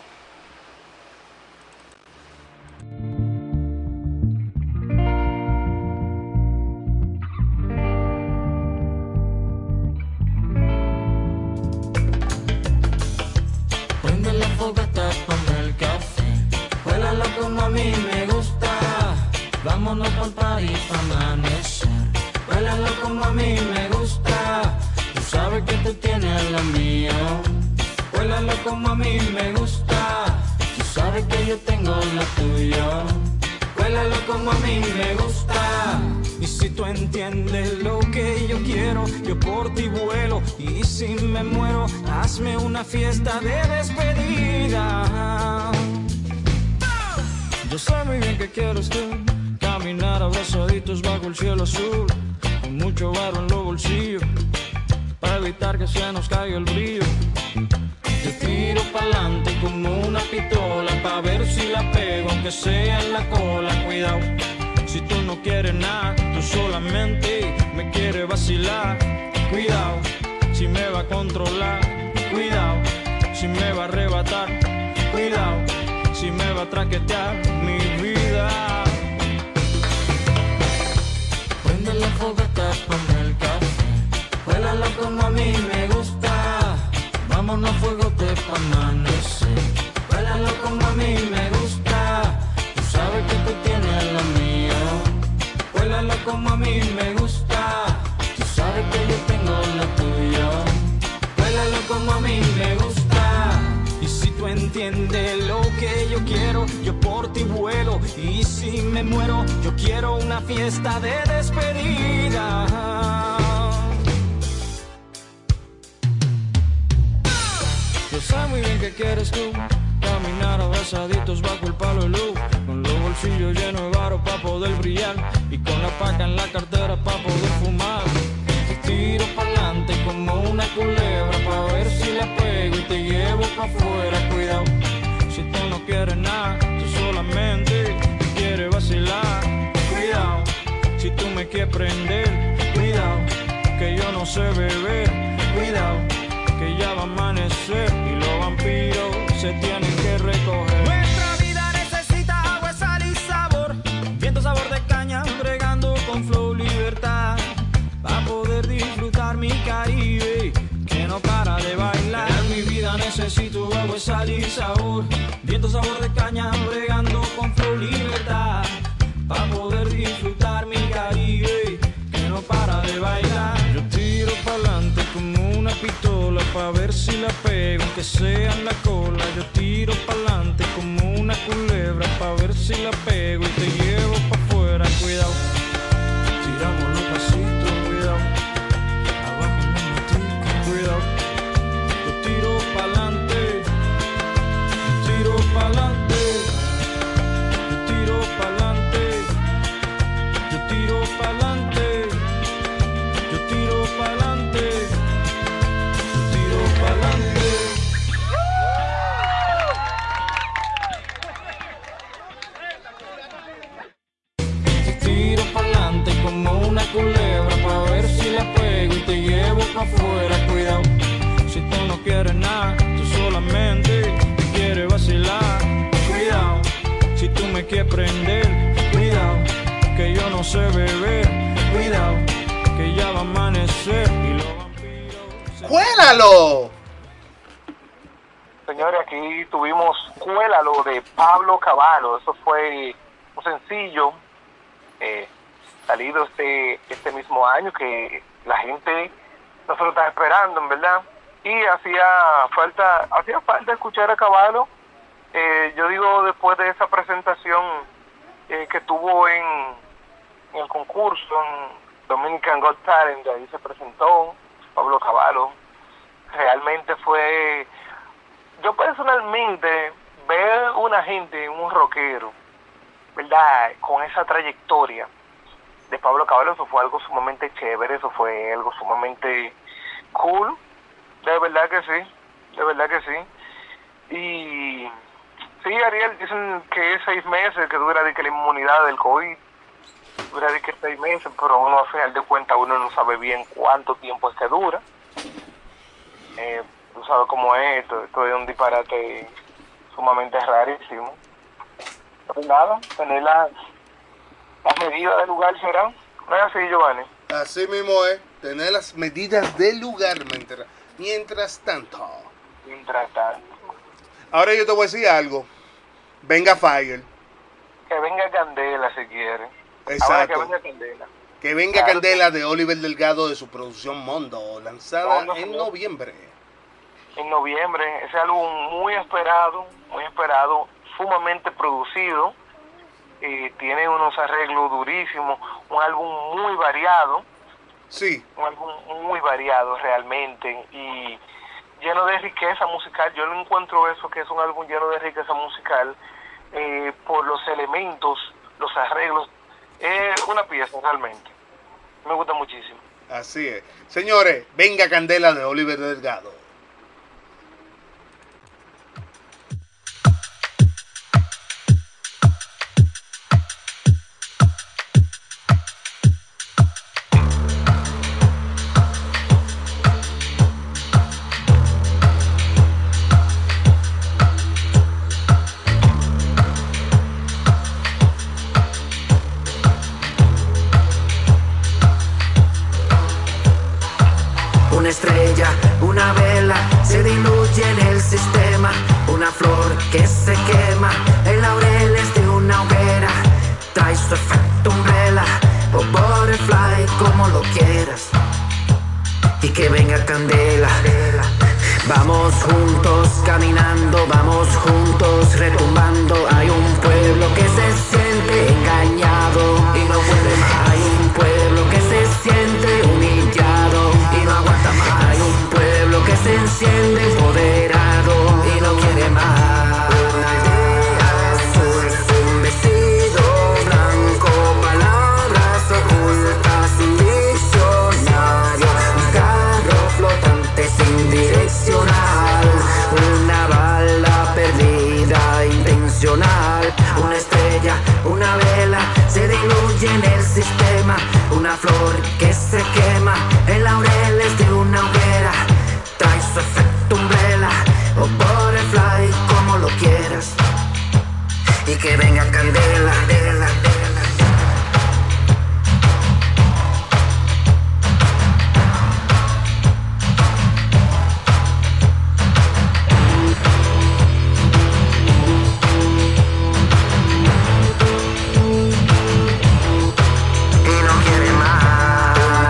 Vámonos pa'l party pa' amanecer. Bailalo como a mí me gusta. Tú sabes que tú tienes lo mío. Bailalo como a mí me gusta. Tú sabes que yo tengo lo tuyo. Bailalo como a mí me gusta. Y si tú entiendes lo que yo quiero, yo por ti vuelo. Y si me muero, hazme una fiesta de despedida. Yo sé muy bien que quieres tú caminar abrazaditos bajo el cielo azul, con mucho barro en los bolsillos, para evitar que se nos caiga el brillo. Te tiro pa'lante como una pistola, pa' ver si la pego, aunque sea en la cola. Cuidado, si tú no quieres nada, tú solamente me quieres vacilar. Cuidado, si me va a controlar. Cuidado, si me va a arrebatar. Cuidado, si me va a traquetear mi vida. Prende la fogata, ponme el café. Huélalo como a mí me gusta. Vámonos a fuego pa' amanecer. Huélalo como a mí me gusta. Tú sabes que tú tienes lo mío. Huélalo como a mí me gusta. Tú sabes que yo tengo lo tuyo. Huélalo como a mí me gusta. Y si tú entiendes lo que yo quiero, yo por ti vuelo. Y si me muero, yo quiero una fiesta de despedida. Yo sé muy bien que quieres tú caminar abrazaditos bajo el palo de luz, con los bolsillos llenos de varo pa' poder brillar, y con la paca en la cartera pa' poder fumar. Te tiro pa'lante como una culebra pa' ver si la pego y te llevo pa' afuera. Cuidado, si tú no quieres nada, tú solamente quieres vacilar. Cuidado, si tú me quieres prender. Cuidado, que yo no sé beber. Cuidado, que ya va a amanecer y los vampiros se tienen que recoger. Nuestra vida necesita agua, sal y sabor, viento, sabor de caña, bregando con flow, libertad, para poder disfrutar mi Caribe, que no para de bailar. En mi vida necesito agua, sal y sabor, viento, sabor de caña, bregando con flow, libertad, para poder disfrutar mi Caribe, que no para de bailar. Yo tiro pa'lante como una pistola pa' ver si la pego, aunque sea en la cola. Yo tiro pa'lante como una culebra pa' ver si la pego y te llevo pa' afuera. Cuidado, tiramos los pasitos, cuidado, abajo no me tico, cuidado. Yo tiro pa'lante, tiro pa'lante como una culebra pa' ver si le pego y te llevo pa' afuera. Cuidado, si tú no quieres nada, tú solamente quieres vacilar. Cuidado, si tú me quieres prender. Cuidado, que yo no sé beber. Cuidado, que ya va a amanecer y los vampiros... ¡Cuélalo! Señores, aquí tuvimos Cuélalo de Pablo Cavallo. Eso fue un sencillo salido este mismo año que la gente no se lo está esperando, en verdad. Y hacía falta escuchar a Cavallo. Yo digo, después de esa presentación que tuvo en el concurso en Dominican Got Talent, de ahí se presentó Pablo Cavallo. Realmente fue... Yo personalmente ver una gente, un rockero, ¿verdad?, con esa trayectoria de Pablo Cavallo, eso fue algo sumamente chévere, eso fue algo sumamente cool, de verdad que sí. Y sí, Ariel, dicen que es 6 meses, que dura de que la inmunidad del COVID, dura de que 6 meses, pero uno al final de cuentas uno no sabe bien cuánto tiempo es que dura. Tú sabes cómo es esto es un disparate sumamente rarísimo. Pero nada, tener las medidas del lugar serán. ¿No es así, Giovanni? Así mismo es, tener las medidas del lugar mientras tanto. Ahora yo te voy a decir algo. Venga Fire. Que venga Candela si quiere. Exacto. Ahora que venga Candela. Que venga claro. Candela de Oliver Delgado de su producción Mondo, lanzada en noviembre. En noviembre, ese álbum muy esperado, sumamente producido, tiene unos arreglos durísimos, un álbum muy variado. Sí. Un álbum muy variado realmente y lleno de riqueza musical. Yo no encuentro eso, que es un álbum lleno de riqueza musical por los elementos, los arreglos. Es una pieza realmente. Me gusta muchísimo. Así es. Señores, venga Candela de Oliver Delgado. Una estrella, una vela, se diluye en el sistema. Una flor que se quema en laureles de una hoguera. Trae su efecto umbrella o butterfly, como lo quieras. Y que venga Candela. Vamos juntos caminando, vamos juntos retumbando. Hay un pueblo que se siente engañado y no puede más. Hay un pueblo que se siente humillado y no aguanta más. Hay un pueblo que se enciende empoderado y no quiere más. Una aldea azul, un vestido blanco, palabras ocultas, un diccionario, un carro flotante sin direccional, una bala perdida intencional, una estrella, una vela, se diluye en el sistema, una flor que se quema en laureles de una hoguera, trae su efecto umbrella o butterfly, como lo quieras, y que venga Candela. Y no quiere más.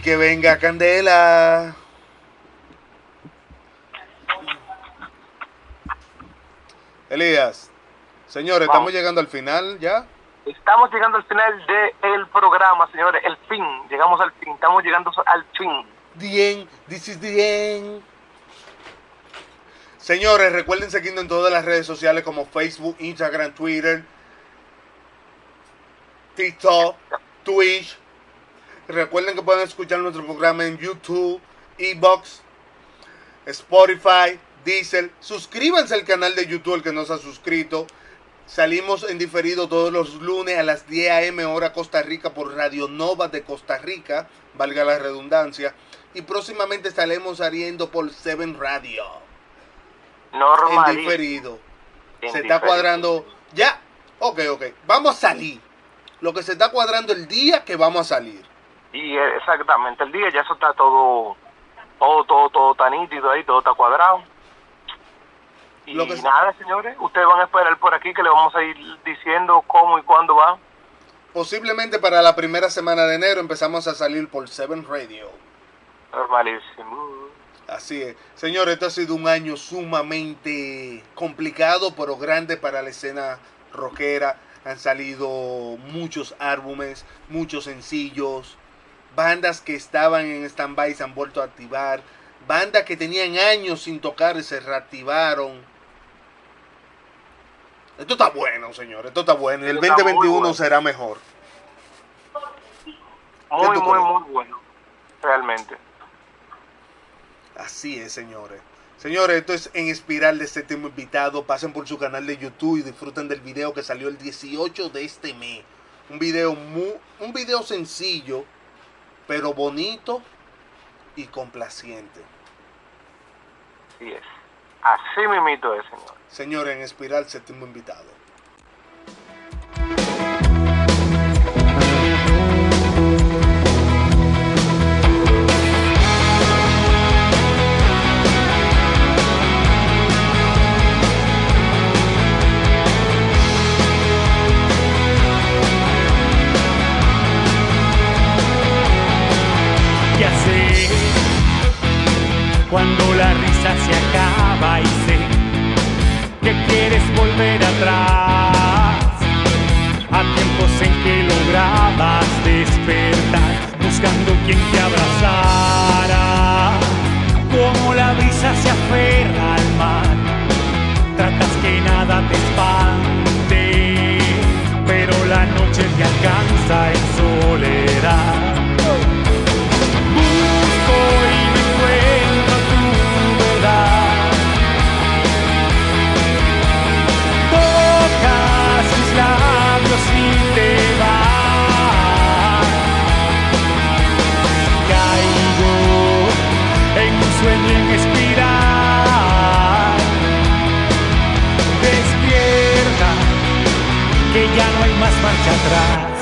que venga Candela. Elías, señores, Vamos. estamos llegando al final ya. Estamos llegando al final del programa, señores. El fin. Llegamos al fin. Estamos llegando al fin. The end. This is the end. Señores, recuerden seguirnos en todas las redes sociales como Facebook, Instagram, Twitter, TikTok, Twitch. Recuerden que pueden escuchar nuestro programa en YouTube, Ebox, Spotify, Deezer. Suscríbanse al canal de YouTube, el que no se ha suscrito. Salimos en diferido todos los lunes a las 10 a.m. hora Costa Rica por Radio Nova de Costa Rica, valga la redundancia. Y próximamente estaremos saliendo por Seven Radio. Normal. En diferido. Se está cuadrando. Ya. Ok. Vamos a salir. Lo que se está cuadrando el día que vamos a salir. Y exactamente, el día ya eso está todo está nítido ahí, todo está cuadrado. Y nada, señores, ustedes van a esperar por aquí que le vamos a ir diciendo cómo y cuándo va. Posiblemente para la primera semana de enero empezamos a salir por Seven Radio. Normalísimo. Así es. Señores, esto ha sido un año sumamente complicado, pero grande para la escena rockera. Han salido muchos álbumes, muchos sencillos. Bandas que estaban en stand-by se han vuelto a activar. Bandas que tenían años sin tocar y se reactivaron. Esto está bueno, señores. Esto está bueno. El 2021 bueno. Será mejor. Muy bueno. Realmente. Así es, señores. Señores, esto es En Espiral de Séptimo Invitado. Pasen por su canal de YouTube y disfruten del video que salió el 18 de este mes. Un video sencillo, pero bonito y complaciente. Así es. Así mismito es, señor. Señores, En Espiral, Séptimo Invitado. Cuando la risa se acaba y sé que quieres volver atrás a tiempos en que lograbas despertar buscando quien te abrazara. Como la brisa se aferra al mar, tratas que nada te espante, pero la noche te alcanza en soledad. Y te vas. Caigo en un sueño en espiral. Despierta, que ya no hay más marcha atrás.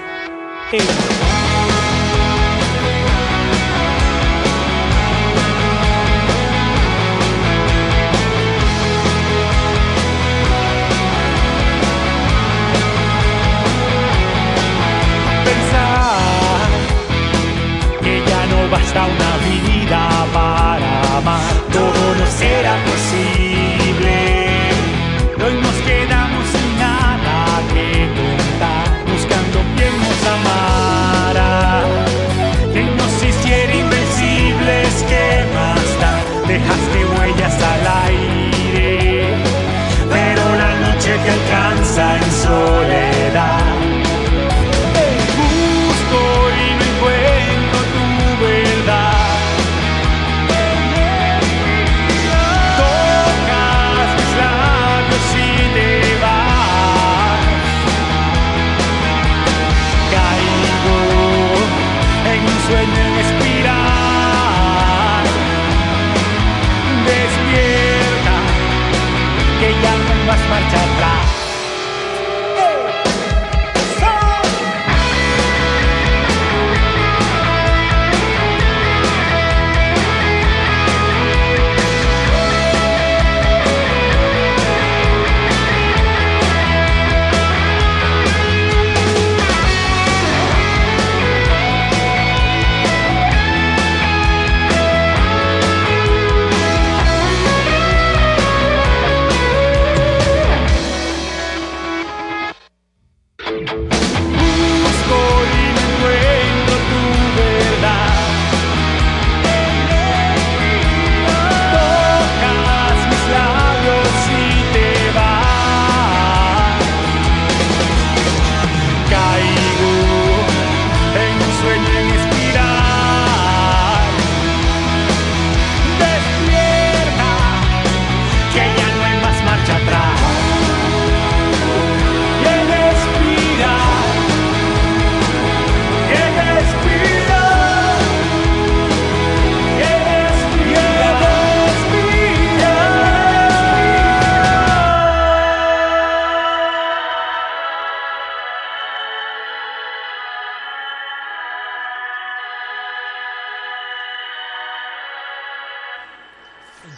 Basta una vida para amar, todo no será posible. Hoy nos quedamos sin nada que contar, buscando quien nos amara, quien nos hiciera invencibles. ¿Qué más da? Dejaste huellas al aire, pero la noche te alcanza en soledad. Sueño en espiral. Despierta, que ya no hay más marcha atrás.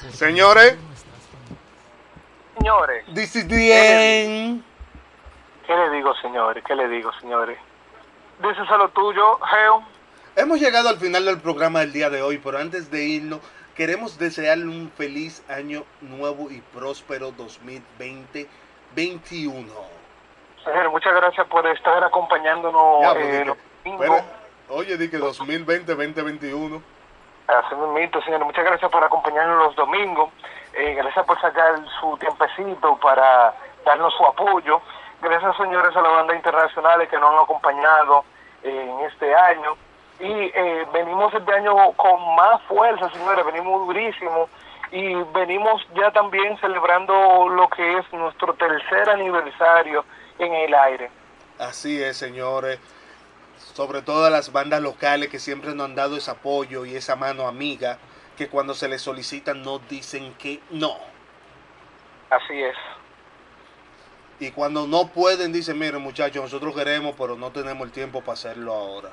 Señores, This is the end. ¿Qué le digo, señores? Dícese lo tuyo, Geo. Hemos llegado al final del programa del día de hoy, pero antes de irnos, queremos desearle un feliz año nuevo y próspero 2020-21. Señores, muchas gracias por estar acompañándonos. Oye, di que 2020-2021. Así mismo, señores, muchas gracias por acompañarnos los domingos. Gracias por sacar su tiempecito para darnos su apoyo. Gracias, señores, a las bandas internacionales que nos han acompañado en este año. Y venimos este año con más fuerza, señores, venimos durísimo. Y venimos ya también celebrando lo que es nuestro 3er aniversario en el aire. Así es, señores. Sobre todo a las bandas locales que siempre nos han dado ese apoyo y esa mano amiga, que cuando se les solicitan no dicen que no. Así es. Y cuando no pueden dicen, miren muchachos, nosotros queremos, pero no tenemos el tiempo para hacerlo ahora.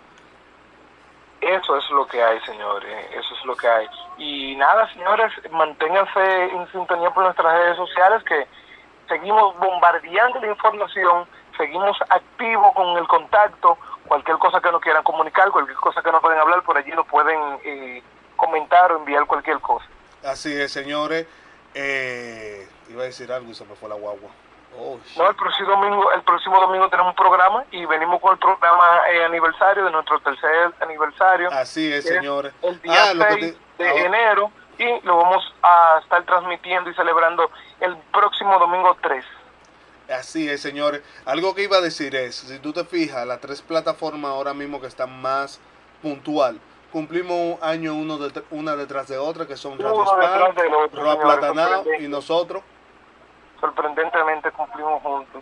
Eso es lo que hay, señores, eso es lo que hay. Y nada, señores, manténganse en sintonía por nuestras redes sociales, que seguimos bombardeando la información, seguimos activos con el contacto. Cualquier cosa que nos quieran comunicar, cualquier cosa que no pueden hablar, por allí nos pueden comentar o enviar cualquier cosa. Así es, señores. Iba a decir algo y se me fue la guagua. No, el próximo domingo tenemos un programa y venimos con el programa aniversario de nuestro 3er aniversario. Así es, señores. El día 6 de enero, y lo vamos a estar transmitiendo y celebrando el próximo domingo 3. Así es, señores. Algo que iba a decir es, si tú te fijas, las 3 plataformas ahora mismo que están más puntual, cumplimos un año una detrás de otra, que son Radio Spam, Roa Platanao y nosotros. Sorprendentemente cumplimos juntos.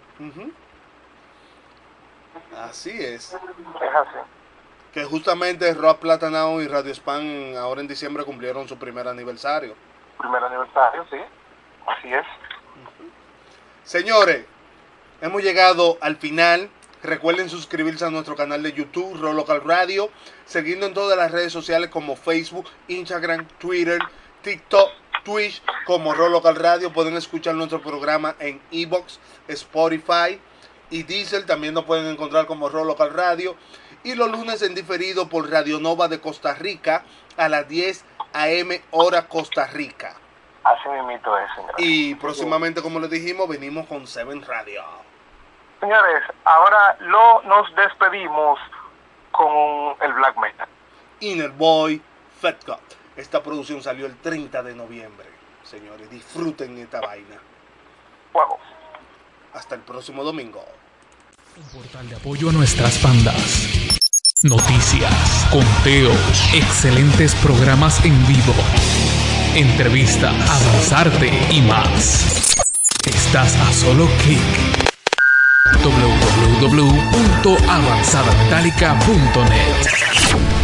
Así es. Es así. Que justamente Roa Platanao y Radio Spam ahora en diciembre cumplieron su primer aniversario. Sí. Así es. Señores, hemos llegado al final. Recuerden suscribirse a nuestro canal de YouTube, Raw Local Radio. Seguirnos en todas las redes sociales como Facebook, Instagram, Twitter, TikTok, Twitch, como Raw Local Radio. Pueden escuchar nuestro programa en iVoox, Spotify y Deezer. También nos pueden encontrar como Raw Local Radio. Y los lunes en diferido por Radio Nova de Costa Rica a las 10 a.m. hora Costa Rica. Así mismito es, señor. Y próximamente, como les dijimos, venimos con Seven Radio. Señores, ahora nos despedimos con el Black Metal. Inner Boy, Fat Cut. Esta producción salió el 30 de noviembre. Señores, disfruten esta vaina. Fuego. Hasta el próximo domingo. Un portal de apoyo a nuestras bandas. Noticias, conteos, excelentes programas en vivo, entrevistas, avanzarte y más. Estás a solo clic. www.avanzadametallica.net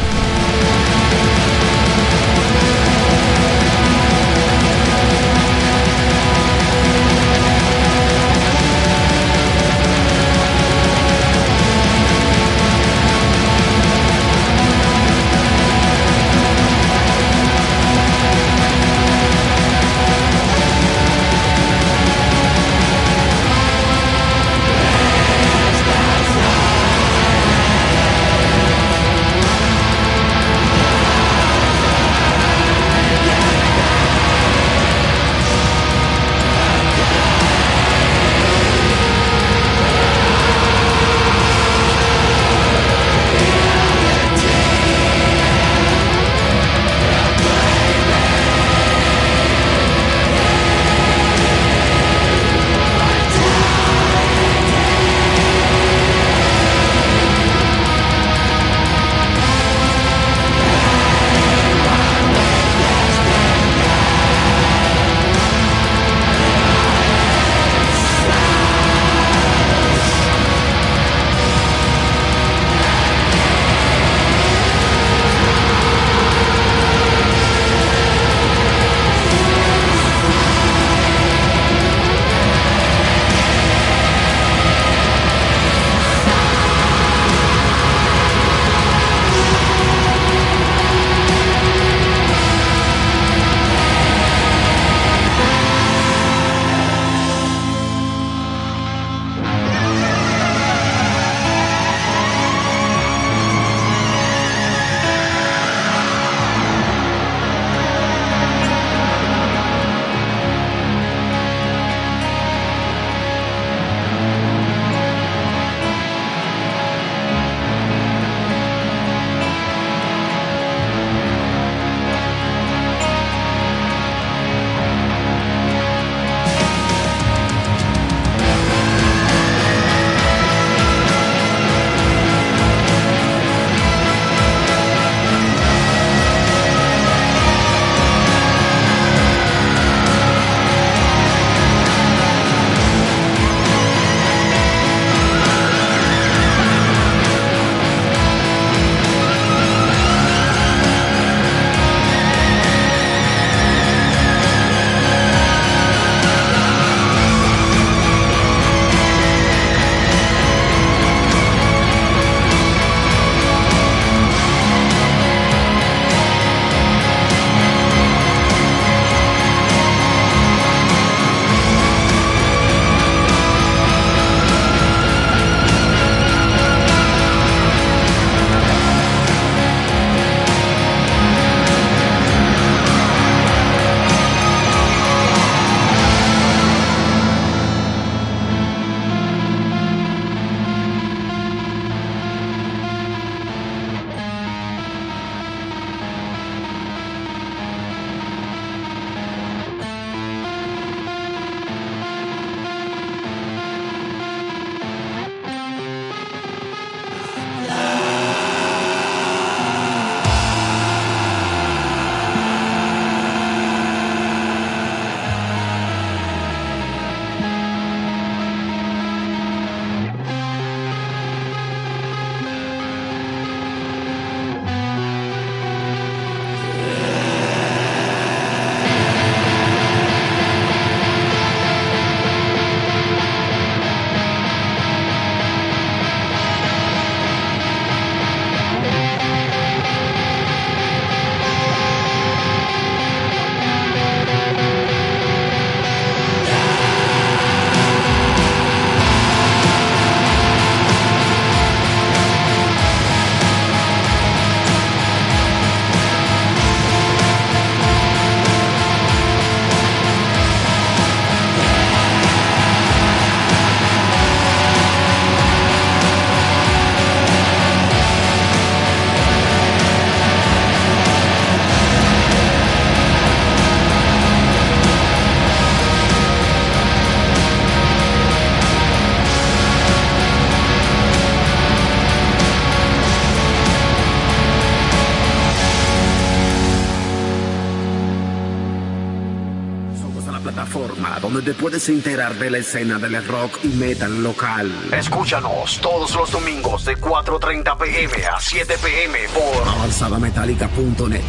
donde te puedes enterar de la escena del rock y metal local. Escúchanos todos los domingos de 4:30 p.m. a 7 p.m. por avanzadametallica.net,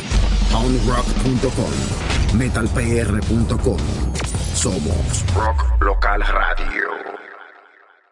poundrock.com, metalpr.com. Somos Rock Local Radio.